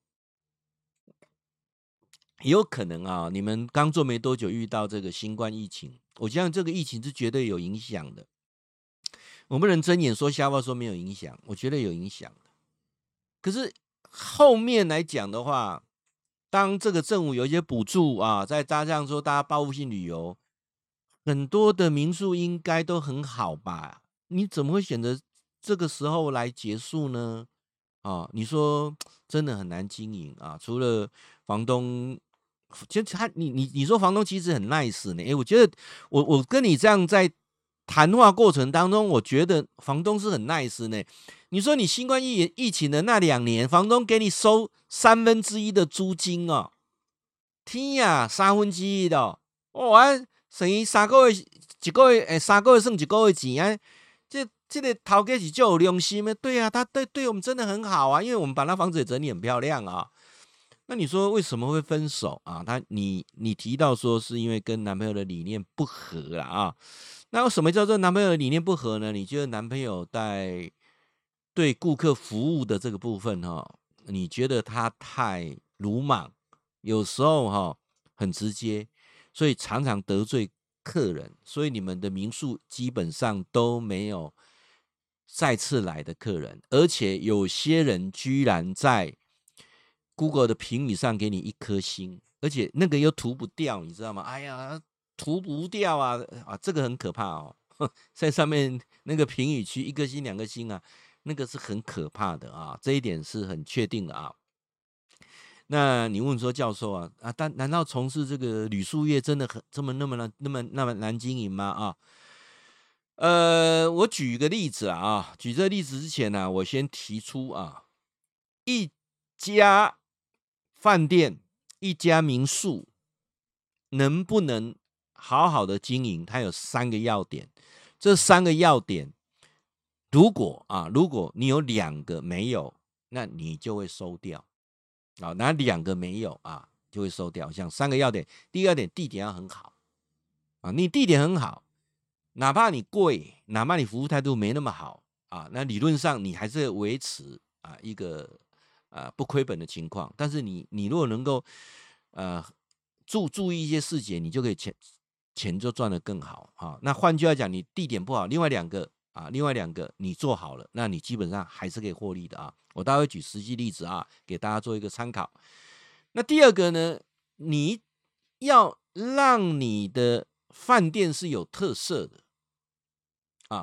也有可能你们刚做没多久遇到这个新冠疫情，我相信这个疫情是绝对有影响的。我不能睁眼说瞎话说没有影响，我觉得有影响的。可是后面来讲的话，当这个政府有一些补助再加上说大家报复性旅游，很多的民宿应该都很好吧？你怎么会选择这个时候来结束呢？你说真的很难经营除了房东，其实你说房东其实很 nice 呢，我觉得我跟你这样在谈话过程当中，我觉得房东是很 nice 呢。你说你新冠疫情的那2年，房东给你收1/3的租金天啊，1/3的等于3个月1个月3个月算1个月钱这个头家是就有良心的，对他对我们真的很好因为我们把那房子也整理很漂亮那你说为什么会分手你提到说是因为跟男朋友的理念不合那什么叫做男朋友的理念不合呢？你觉得男朋友在对顾客服务的这个部分你觉得他太鲁莽，有时候很直接，所以常常得罪客人，所以你们的民宿基本上都没有再次来的客人，而且有些人居然在 Google 的评语上给你1颗星，而且那个又涂不掉，你知道吗？哎呀，涂不掉这个很可怕在上面那个评语区1颗星2颗星那个是很可怕的这一点是很确定的那你问说教授但难道从事这个旅宿业真的那么难经营吗我举一个例子举这个例子之前我先提出一家饭店、一家民宿能不能好好的经营，它有3个要点。这3个要点，如果你有2个没有，那你就会收掉那2个没有就会收掉。像3个要点，第一个要点，地点要很好你地点很好，哪怕你贵，哪怕你服务态度没那么好那理论上你还是维持一个不亏本的情况。但是你如果能够注意一些细节，你就可以钱就赚得更好那换句话讲，你地点不好，另外2个你做好了，那你基本上还是可以获利的我待会举实际例子给大家做一个参考。那第二个呢，你要让你的饭店是有特色的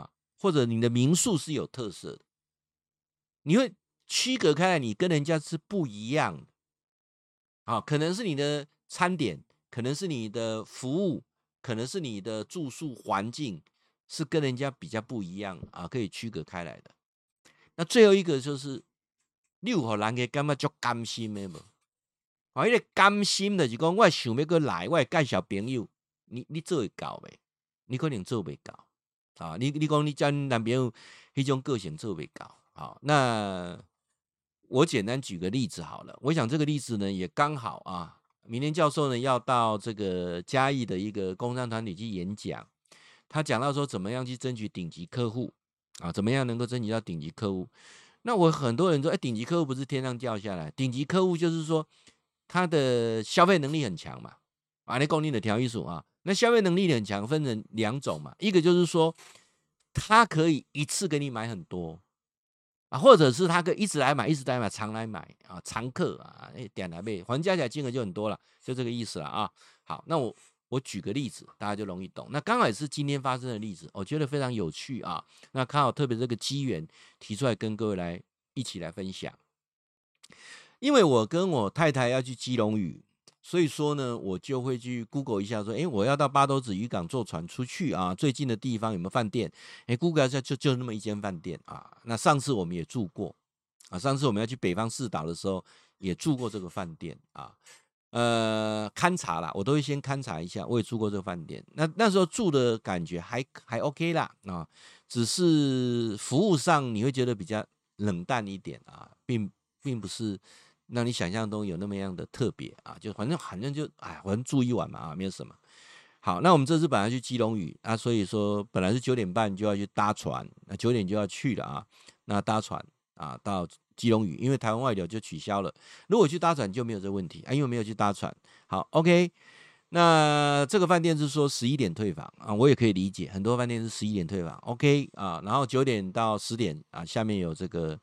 或者你的民宿是有特色的，你会区隔开来，你跟人家是不一样的。可能是你的餐点，可能是你的服务，可能是你的住宿环境，是跟人家比较不一样可以区隔开来的。那最后一个就是，你有互人家感觉足甘心的无？迄个甘心就是讲，我想要过来，我会介绍朋友，你做会到未？你可能做袂到你讲你叫你男朋友迄种个性做袂到。好，那我简单举个例子好了。我想这个例子呢，也刚好明天教授呢要到这个嘉义的一个工商团体去演讲，他讲到说怎么样去争取顶级客户怎么样能够争取到顶级客户。那我很多人说，顶级客户不是天上掉下来，顶级客户就是说他的消费能力很强嘛。你讲你的调艺术那消费能力很强分成两种嘛，一个就是说他可以一次给你买很多或者是他可以一直来买，一直来买，常来买常客点来买，还加起来金额就很多了，就这个意思了好，那我举个例子，大家就容易懂。那刚好也是今天发生的例子，我觉得非常有趣那刚好特别这个机缘提出来跟各位一起来分享。因为我跟我太太要去基隆屿，所以说呢，我就会去 Google 一下说，我要到八斗子渔港坐船出去最近的地方有没有饭店？Google 一下就那么一间饭店那上次我们也住过上次我们要去北方四岛的时候也住过这个饭店勘察啦，我都会先勘察一下，我也住过这个饭店。那时候住的感觉还 OK 啦只是服务上你会觉得比较冷淡一点并不是让你想象中有那么样的特别就反正就反正住一晚嘛没有什么。好，那我们这次本来去基隆屿所以说本来是9点半就要去搭船，那9点就要去了那搭船到基隆屿，因为台湾外流就取消了。如果去搭船就没有这个问题因为没有去搭船。好 ，OK。那这个饭店是说11点退房我也可以理解，很多饭店是11点退房 ，OK 然后9点到10点下面有这个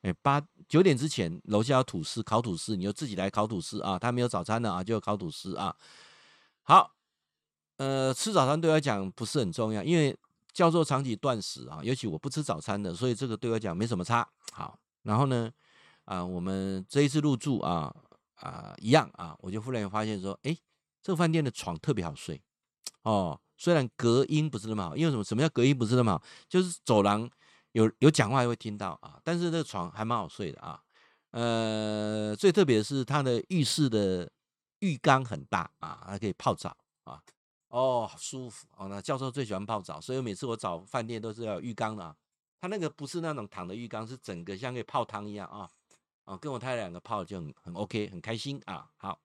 9点之前楼下有吐司，烤吐司，你就自己来烤吐司他没有早餐的就有烤吐司好，吃早餐对我来讲不是很重要，因为教授长期断食尤其我不吃早餐的，所以这个对我讲没什么差。好，然后呢我们这一次入住一样我就忽然发现说，这个饭店的床特别好睡虽然隔音不是那么好，因为什么叫隔音不是那么好？就是走廊有讲话会听到但是这个床还蛮好睡的最特别的是它的浴室的浴缸很大还可以泡澡好舒服那教授最喜欢泡澡，所以每次我找饭店都是要有浴缸的他那个不是那种躺的浴缸，是整个像可以泡汤一样跟我太太两个泡就很 OK， 很开心好，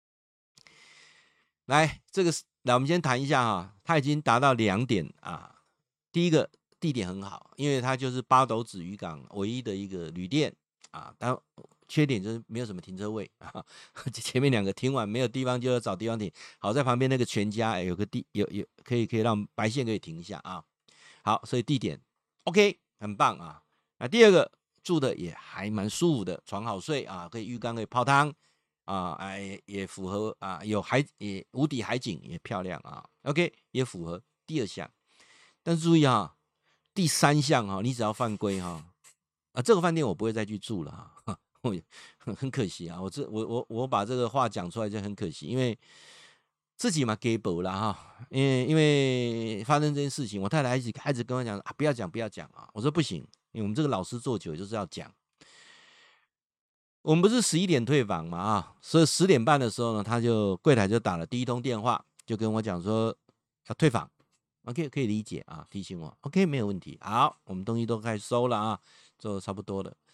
来我们先谈一下他已经达到2点第一个地点很好，因为它就是八斗子渔港唯一的一个旅店但缺点就是没有什么停车位前面2个停完没有地方就要找地方停。好在旁边那个全家有个有可以让白线可以停一下好，所以地点 OK 很棒那第二个住的也还蛮舒服的，床好睡可以浴缸可以泡汤也符合有也无敌海景也漂亮OK 也符合第2项。但是注意第3项你只要犯规这个饭店我不会再去住了很可惜我把这个话讲出来就很可惜，因为自己嘛给薄了因为发生这件事情，我太太一直跟我讲不要讲我说不行，因为我们这个老师做久就是要讲。我们不是11点退房嘛所以10点半的时候呢，柜台就打了第1通电话，就跟我讲说要退房。OK 可以理解提醒我 OK 没有问题。好，我们东西都开始收了做差不多了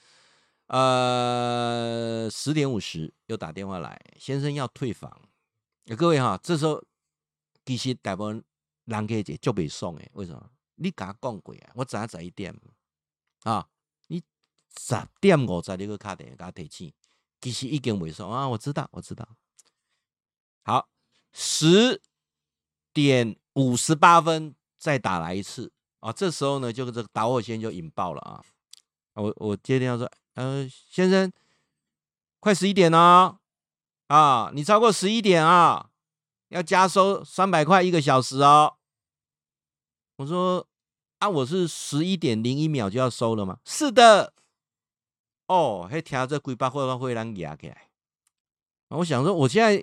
10点50又打电话来，先生要退房。各位这时候其实大部分人家就足袂爽的，为什么？你跟我讲过我知影11点你10点50你去打电话给我提醒，其实已经袂爽我知道。好，10点58分再打来一次这时候呢，就这个导火线就引爆了我接电话说，先生，快11点了你超过11点要加收300块1个小时我说啊，我是11:01就要收了吗？是的。哦，嘿，听这几百块会让压起来。我想说，我现在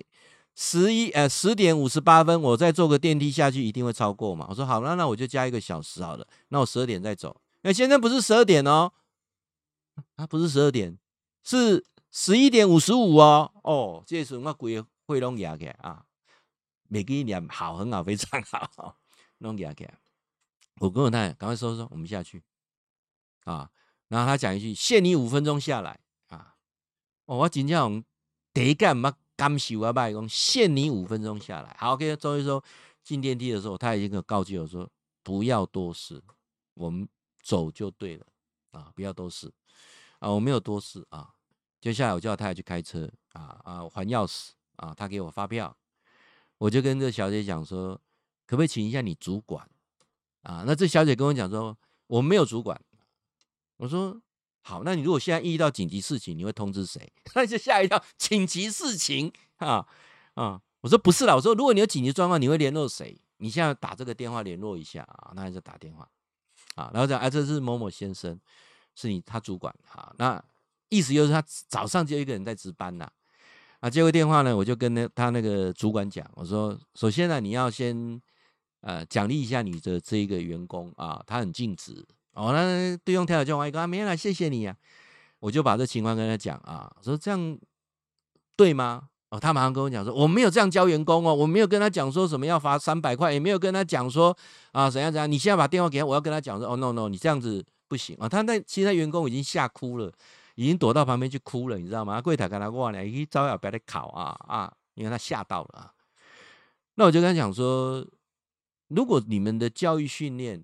10:58，我再坐个电梯下去，一定会超过嘛。我说好，那我就加1个小时好了。那我12点再走。现在不是12点哦，不是12点，是11:55哦。哦，这时候我规个会拢压起来啊，每个一念好，很好，非常好，拢压起来。我跟我太太赶快说，我们下去啊。然后他讲一句：限你5分钟下来啊。哦，我真正第一感捌感受啊，歹讲限你5分钟下来。好 ，OK， 终于说进电梯的时候，他已经告诫我说不要多事，我们走就对了啊，不要多事啊，我没有多事啊。接下来我叫我太太去开车还钥匙啊，他给我发票，我就跟这小姐讲说，可不可以请一下你主管啊？那这小姐跟我讲说，我没有主管。我说好，那你如果现在遇到紧急事情，你会通知谁？那就吓一跳，紧急事情我说不是啦，我说如果你有紧急状况，你会联络谁？你现在打这个电话联络一下啊，那就打电话然后讲这是某某先生，是他主管那意思就是他早上就有一个人在值班呐接过电话呢，我就跟他那个主管讲，我说首先呢，你要先奖励一下你的这一个员工他很尽职那对方跳跳就讲没有啦，谢谢你我就把这情况跟他讲说这样对吗？他马上跟我讲说，我没有这样教员工我没有跟他讲说什么要罚300块，也没有跟他讲说怎样怎样。你现在把电话给他，我要跟他讲说no， 你这样子不行其实员工已经吓哭了，已经躲到旁边去哭了，你知道吗？柜台跟他过来，一招要不要来考因为他吓到了那我就跟他讲说，如果你们的教育训练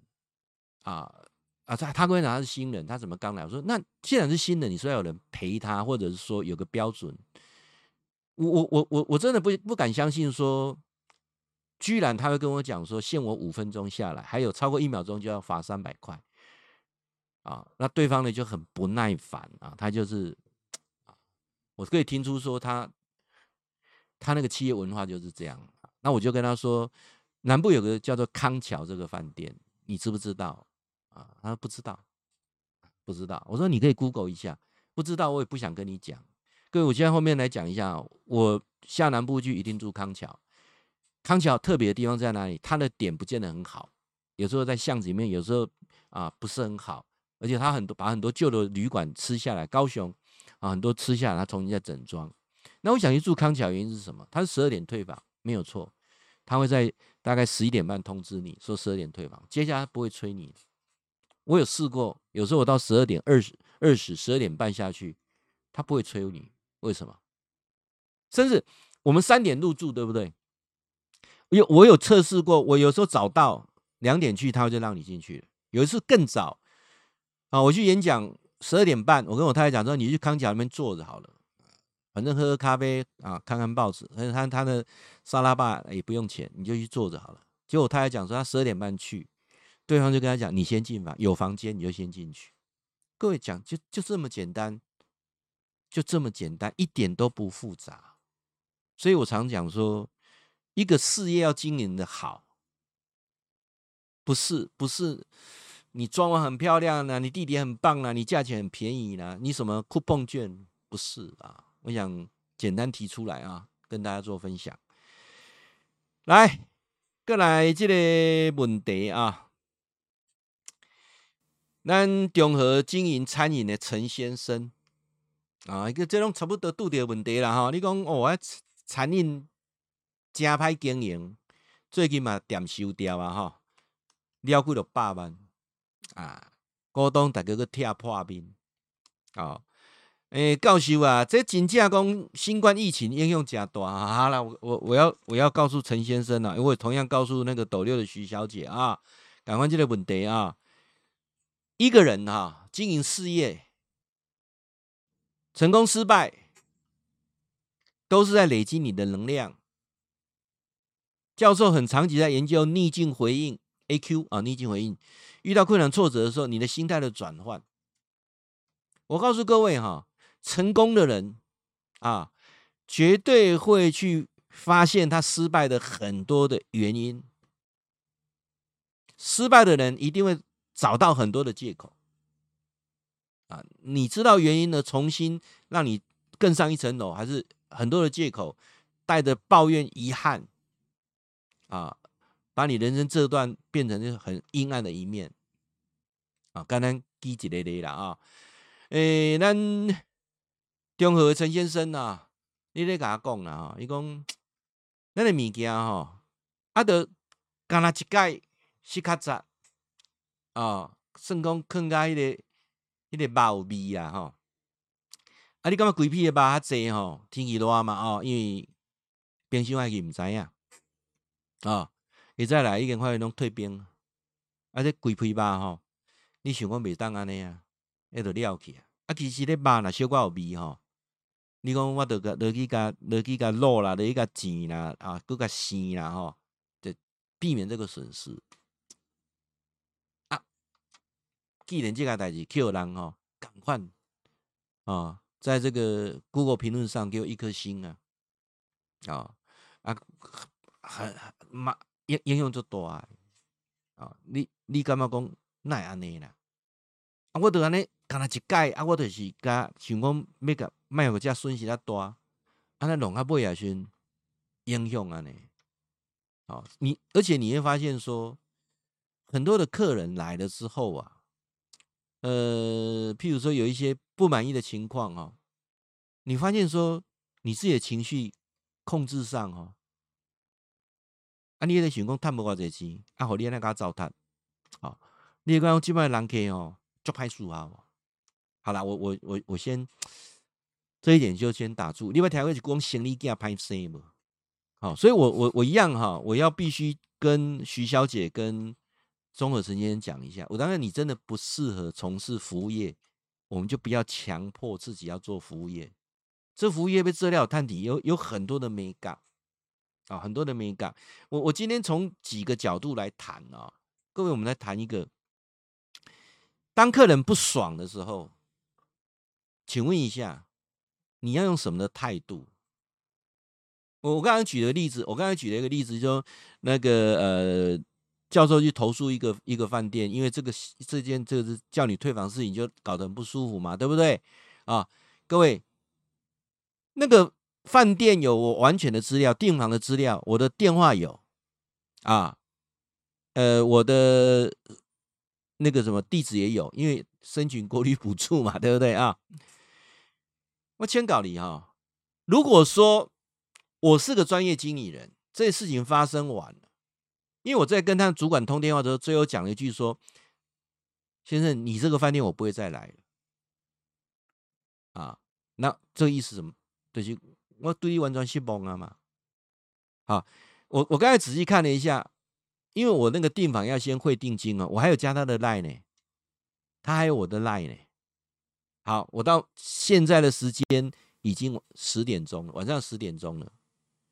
他跟我讲他是新人，他怎么刚来？我说那既然是新人，你说要有人陪他，或者是说有个标准。我真的不敢相信说，居然他会跟我讲说限我5分钟下来，还有超过1秒钟就要罚300块那对方呢就很不耐烦他就是我可以听出说他那个企业文化就是这样那我就跟他说，南部有个叫做康桥这个饭店，你知不知道他说不知道，不知道。我说你可以 Google 一下，不知道我也不想跟你讲。各位，我现在后面来讲一下我下南部去一定住康桥。康桥特别的地方在哪里？它的点不见得很好，有时候在巷子里面，有时候不是很好，而且它把很多旧的旅馆吃下来，高雄很多吃下来，它重新再整装。那我想去住康桥原因是什么？它是12点退房，没有错，他会在大概11点半通知你说12点退房，接下来不会催你。我有试过，有时候我到12点20、12点半下去，他不会催你。为什么？甚至我们3点入住，对不对？我有测试过，我有时候早到2点去，他就让你进去了。有一次更早我去演讲12点半，我跟我太太讲说，你去康桥那边坐着好了，反正喝喝咖啡看看报纸，他的沙拉吧也不用钱，你就去坐着好了。结果我太太讲说，他12点半去，对方就跟他讲，你先进房，有房间你就先进去。各位讲就这么简单，就这么简单，一点都不复杂。所以我常讲说，一个事业要经营的好，不是你装潢很漂亮你地点很棒你价钱很便宜你什么 coupon 券，不是我想简单提出来跟大家做分享。来，再来这个问题咱中和经营餐饮的陈先生这拢差不多拄到问题啦你讲餐饮真歹经营，最近嘛店收掉了几就100万股东大家去拆破面教授这真正讲新冠疫情影响真大好了，我要告诉陈先生因为我同样告诉那个斗六的徐小姐赶快这个问题一个人经营事业，成功失败都是在累积你的能量。教授很长期在研究逆境回应 AQ 逆境回应，遇到困难挫折的时候，你的心态的转换。我告诉各位成功的人绝对会去发现他失败的很多的原因。失败的人一定会找到很多的借口啊。你知道原因呢，重新让你更上一层楼，还是很多的借口，带着抱怨、遗憾啊，把你人生这段变成很阴暗的一面啊。刚刚举一个例啦啊，咱中和的陈先生啊，你咧甲我讲啦吼，伊讲咱的物件吼，啊，得干那一届洗较早啊，算讲囥甲迄个肉有味啦吼。啊，你感觉规批的肉较济吼？天气热嘛哦，因为冰箱爱去毋知影啊，会再来已经发现拢退冰，啊，这规批肉吼，你想讲袂当安尼啊，迄着了去啊。啊，其实咧肉若小可有味吼，你讲我着落去甲卤啦，落去甲煎啦，啊，搁甲生啦吼，就避免这个损失啊。既然这个代志叫人吼赶快啊，在这个 Google 评论上给我1颗星啊，啊，很影响足大的啊。你感觉讲哪会安尼啦？啊，我着安尼干那一届啊，我就是甲想讲要甲卖互遮损失较大，安尼弄到尾啊时影响安尼。哦，而且你会发现说，很多的客人来了之后啊，譬如说有一些不满意的情况哦，你发现说你自己的情绪控制上哦，啊，你在想讲赚无偌济钱，啊，互你安尼甲糟蹋，哦，你会讲即摆人客哦，足歹伺候。好啦，我先这一点就先打住。你要听我是讲生理囝歹生无？好，所以我一样哈，我要必须跟徐小姐跟综合陈先生讲一下。我当然你真的不适合从事服务业，我们就不要强迫自己要做服务业。这服务业被资料探底有很多的美感啊，很多的美感。我今天从几个角度来谈啊，各位我们来谈一个，当客人不爽的时候，请问一下，你要用什么的态度？我刚才举的例子，我刚才举了一个例子，就那个教授去投诉一个饭店，因为这个是叫你退房事情就搞得很不舒服嘛，对不对啊？各位，那个饭店有我完全的资料，订房的资料，我的电话有啊，我的那个什么地址也有，因为申请国旅补助嘛，对不对啊？我签稿里哈，如果说我是个专业经理人，这事情发生完了，因为我在跟他主管通电话的时候，最后讲了一句说：“先生，你这个饭店我不会再来了。”啊，那这个意思什么？就是我对你完全失望啊嘛。好，我刚才仔细看了一下，因为我那个订房要先汇定金哦，我还有加他的 line 呢，他还有我的 line 呢。好，我到现在的时间已经10点钟了，晚上10点钟了。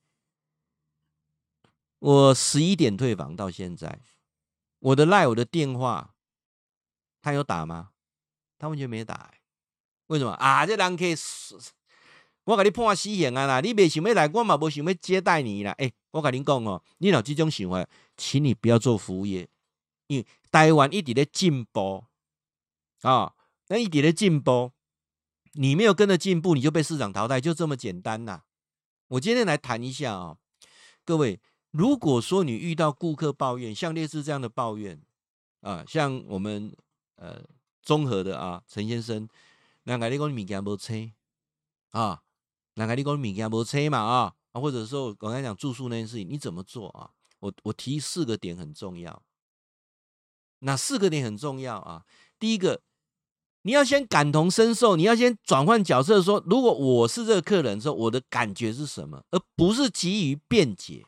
我11点退房到现在，我的 line 我的电话，他有打吗？他完全没打、欸。为什么啊？这人客，我给你判死刑啊啦！你没想要来，我嘛无想要接待你啦。我跟你讲哦，你有这种想法，请你不要做服务业，因为台湾一直在进步啊，那一直在进步，你没有跟着进步，你就被市场淘汰，就这么简单呐。我今天来谈一下啊，各位，如果说你遇到顾客抱怨，像类似这样的抱怨啊，像我们综合的啊，陈先生，人家你讲物件无清啊，人家你讲物件无清嘛啊，或者说我刚才讲住宿那件事情，你怎么做啊？我提4个点很重要，哪4个点很重要啊？第一个，你要先感同身受，你要先转换角色说，如果我是这个客人的时候，我的感觉是什么，而不是急于辩解。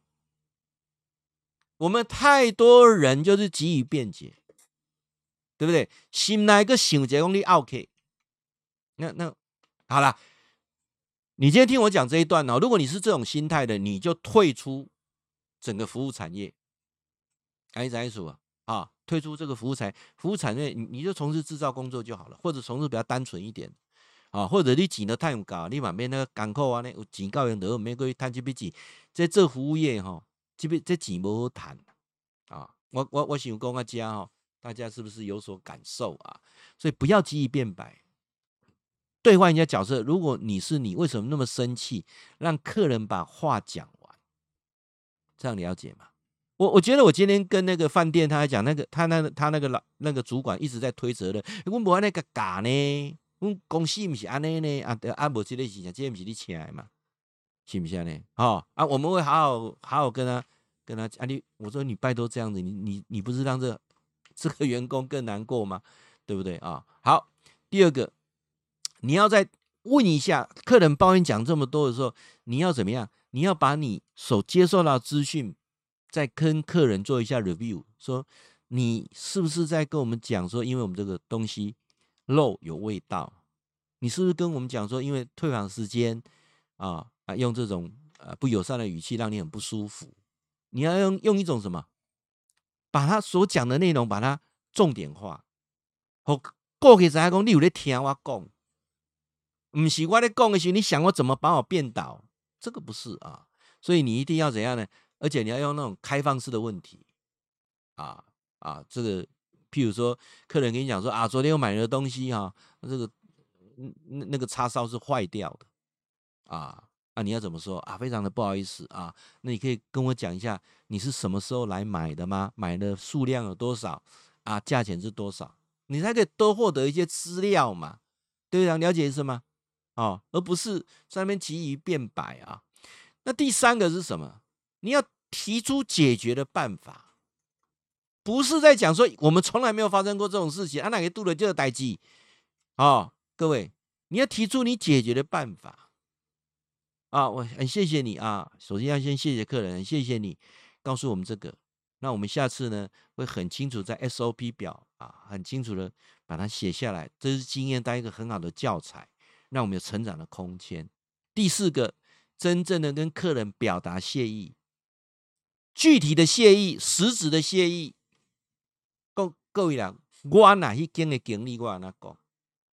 我们太多人就是急于辩解，对不对？心内个想一个讲你 OK， 那好啦，你今天听我讲这一段哦，如果你是这种心态的，你就退出整个服务产业，知道啊？退出这个服务产业，你就从事制造工作就好了，或者从事比较单纯一点啊，或者你钱都太高，你嘛免那个港口啊，那有钱到用得，免过去赚这笔钱，在服务业哈，这钱无好赚啊。我想讲啊，这吼， 大家是不是有所感受啊？所以不要急于辩白，兑换人家角色。如果你是你，为什么那么生气？让客人把话讲完，这样了解吗？我觉得我今天跟那个饭店他还讲，他那个主管一直在推责任，我无安尼个假呢，我公司不是安尼呢，无这个事情，这不是你请来嘛，是不是呢？我们会好好跟他我说你拜托这样子，你不是让这个员工更难过吗？对不对啊？好，第二个，你要再问一下客人抱怨讲这么多的时候，你要怎么样？你要把你所接受到的资讯，再跟客人做一下 review， 说你是不是在跟我们讲说，因为我们这个东西肉有味道，你是不是跟我们讲说，因为退房时间用这种不友善的语气让你很不舒服？你要用一种什么，把他所讲的内容把它重点化，好，顾客知影讲你有在听我讲。不是我在讲的时候，你想我怎么把我变倒？这个不是啊，所以你一定要怎样呢？而且你要用那种开放式的问题这个譬如说，客人跟你讲说昨天我买了东西这个那个叉烧是坏掉的你要怎么说非常的不好意思那你可以跟我讲一下你是什么时候来买的吗？买的数量有多少价钱是多少？你才可以多获得一些资料嘛，对啊，了解意思吗？而不是在那边急于辩白那第三个是什么？你要提出解决的办法，不是在讲说我们从来没有发生过这种事情哪个度了这个代志各位，你要提出你解决的办法我很谢谢你首先要先谢谢客人，很谢谢你告诉我们这个。那我们下次呢会很清楚在 SOP 表很清楚的把它写下来，这是经验当一个很好的教材，让我们有成长的空间。第四个，真正的跟客人表达谢意，具体的谢意，实质的谢意。各位人，我哪一间的经理，我安怎讲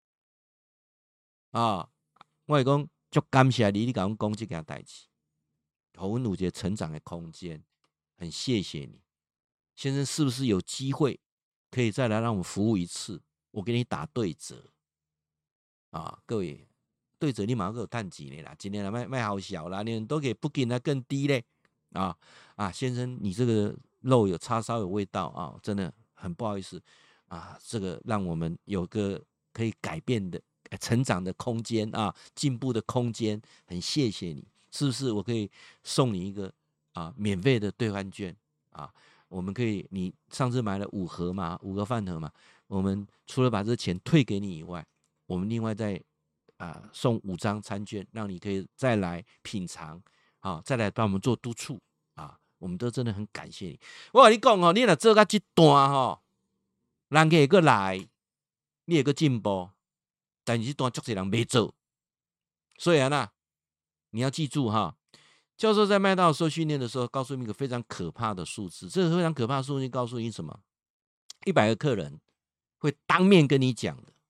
我会讲，足感谢你跟我讲这件代志，让我们有一个成长的空间，很谢谢你，先生，是不是有机会可以再来让我们服务一次？我给你打对折各位，对折你马上给我探几年啦，今年来卖好小啦，你们都给不给它更低嘞先生，你这个肉有叉烧有味道真的很不好意思这个让我们有个可以改变的成长的空间进步的空间，很谢谢你，是不是我可以送你一个免费的兑换券我们可以，你上次买了5盒嘛，5个饭盒嘛，我们除了把这钱退给你以外，我们另外再送5张餐券，让你可以再来品尝再来帮我们做督促我们都真的很感谢你。我跟你讲你若做到这段人家会再来，你会再进步，但是这段很多人没做，所以你要记住教授在麦当劳受训练的时候，告诉你一个非常可怕的数字。这个非常可怕的数字告诉你什么？100个客人会当面跟你讲的，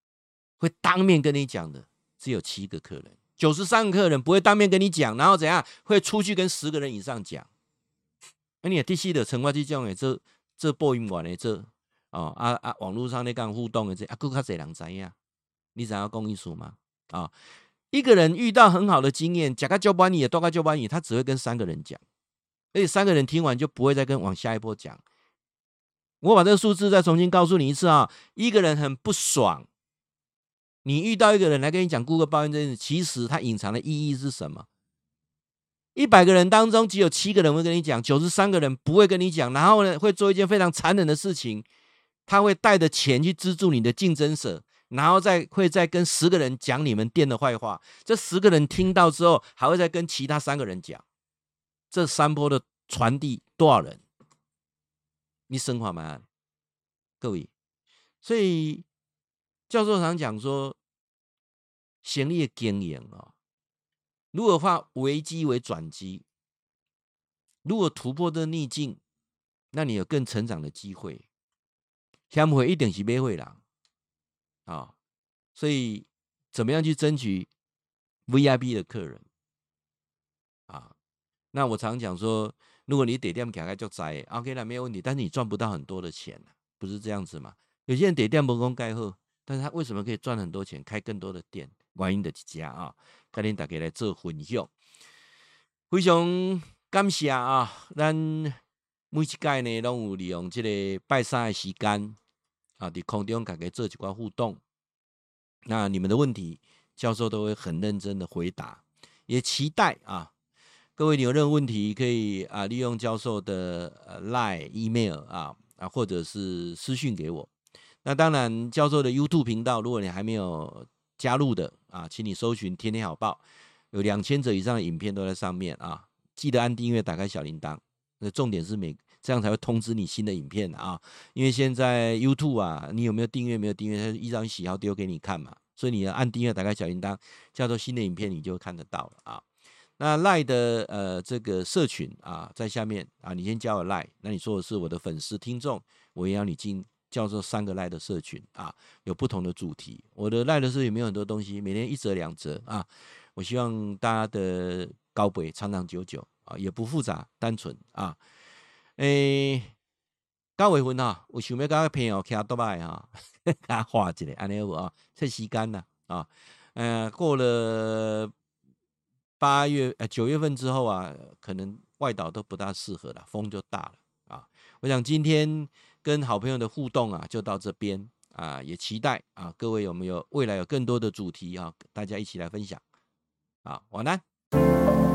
只有7个客人，93个客人不会当面跟你讲，然后怎样会出去跟10个人以上讲。你第4的成我这种的这播音员的这网络上在跟互动的这更较多人知道，你知道讲意思吗？一个人遇到很好的经验，讲个就班也多个就班也，他只会跟3个人讲，而且3个人听完就不会再往下一波讲。我把这个数字再重新告诉你一次一个人很不爽，你遇到一个人来跟你讲顾客抱怨这件事，其实他隐藏的意义是什么？100个人当中只有7个人会跟你讲，93个人不会跟你讲，然后呢会做一件非常残忍的事情，他会带着钱去资助你的竞争者，然后会再跟10个人讲你们店的坏话，这10个人听到之后，还会再跟其他3个人讲，这3波的传递多少人？你生活吗？各位，所以教授常讲说，生意的经营如果化危机为转机，如果突破这逆境，那你有更成长的机会。险会一定是买会人所以怎么样去争取 VIP 的客人那我常讲说，如果你得店开就窄 OK 了，没有问题，但是你赚不到很多的钱不是这样子嘛？有些人得店不公盖后，但是他为什么可以赚很多钱，开更多的店？原因的一家啊，跟恁大家来做分享，非常感谢啊！咱每一届呢，拢有利用这个拜三的时间啊，伫空中大家做一寡互动。那你们的问题，教授都会很认真的回答，也期待啊，各位你有任何问题可以啊，利用教授的Line、email 或者是私讯给我。那当然，教授的 YouTube 频道，如果你还没有加入的啊，请你搜寻天天好报，有2000则以上的影片都在上面啊，记得按订阅，打开小铃铛。那重点是这样才会通知你新的影片啊，因为现在 YouTube 啊，你有没有订阅没有订阅，它依照你喜好丢给你看嘛，所以你要按订阅，打开小铃铛，叫做新的影片你就会看得到了啊。那 Line 的这个社群啊，在下面啊，你先加我 Line， 那你说的是我的粉丝听众，我也要你进叫做3个 Line 的社群啊，有不同的主题。我的 Line 的社群没有很多东西，每天1则2则啊，我希望大家的高北长长久久啊，也不复杂，单纯啊。9月份啊，有想要跟朋友骑倒摆哈，跟他画一个，安尼有啊，趁时间呐啊，过了9月份之后啊，可能外岛都不大适合了，风就大了啊。我想今天跟好朋友的互动啊，就到这边啊，也期待啊，各位有没有未来有更多的主题啊，大家一起来分享啊，晚安。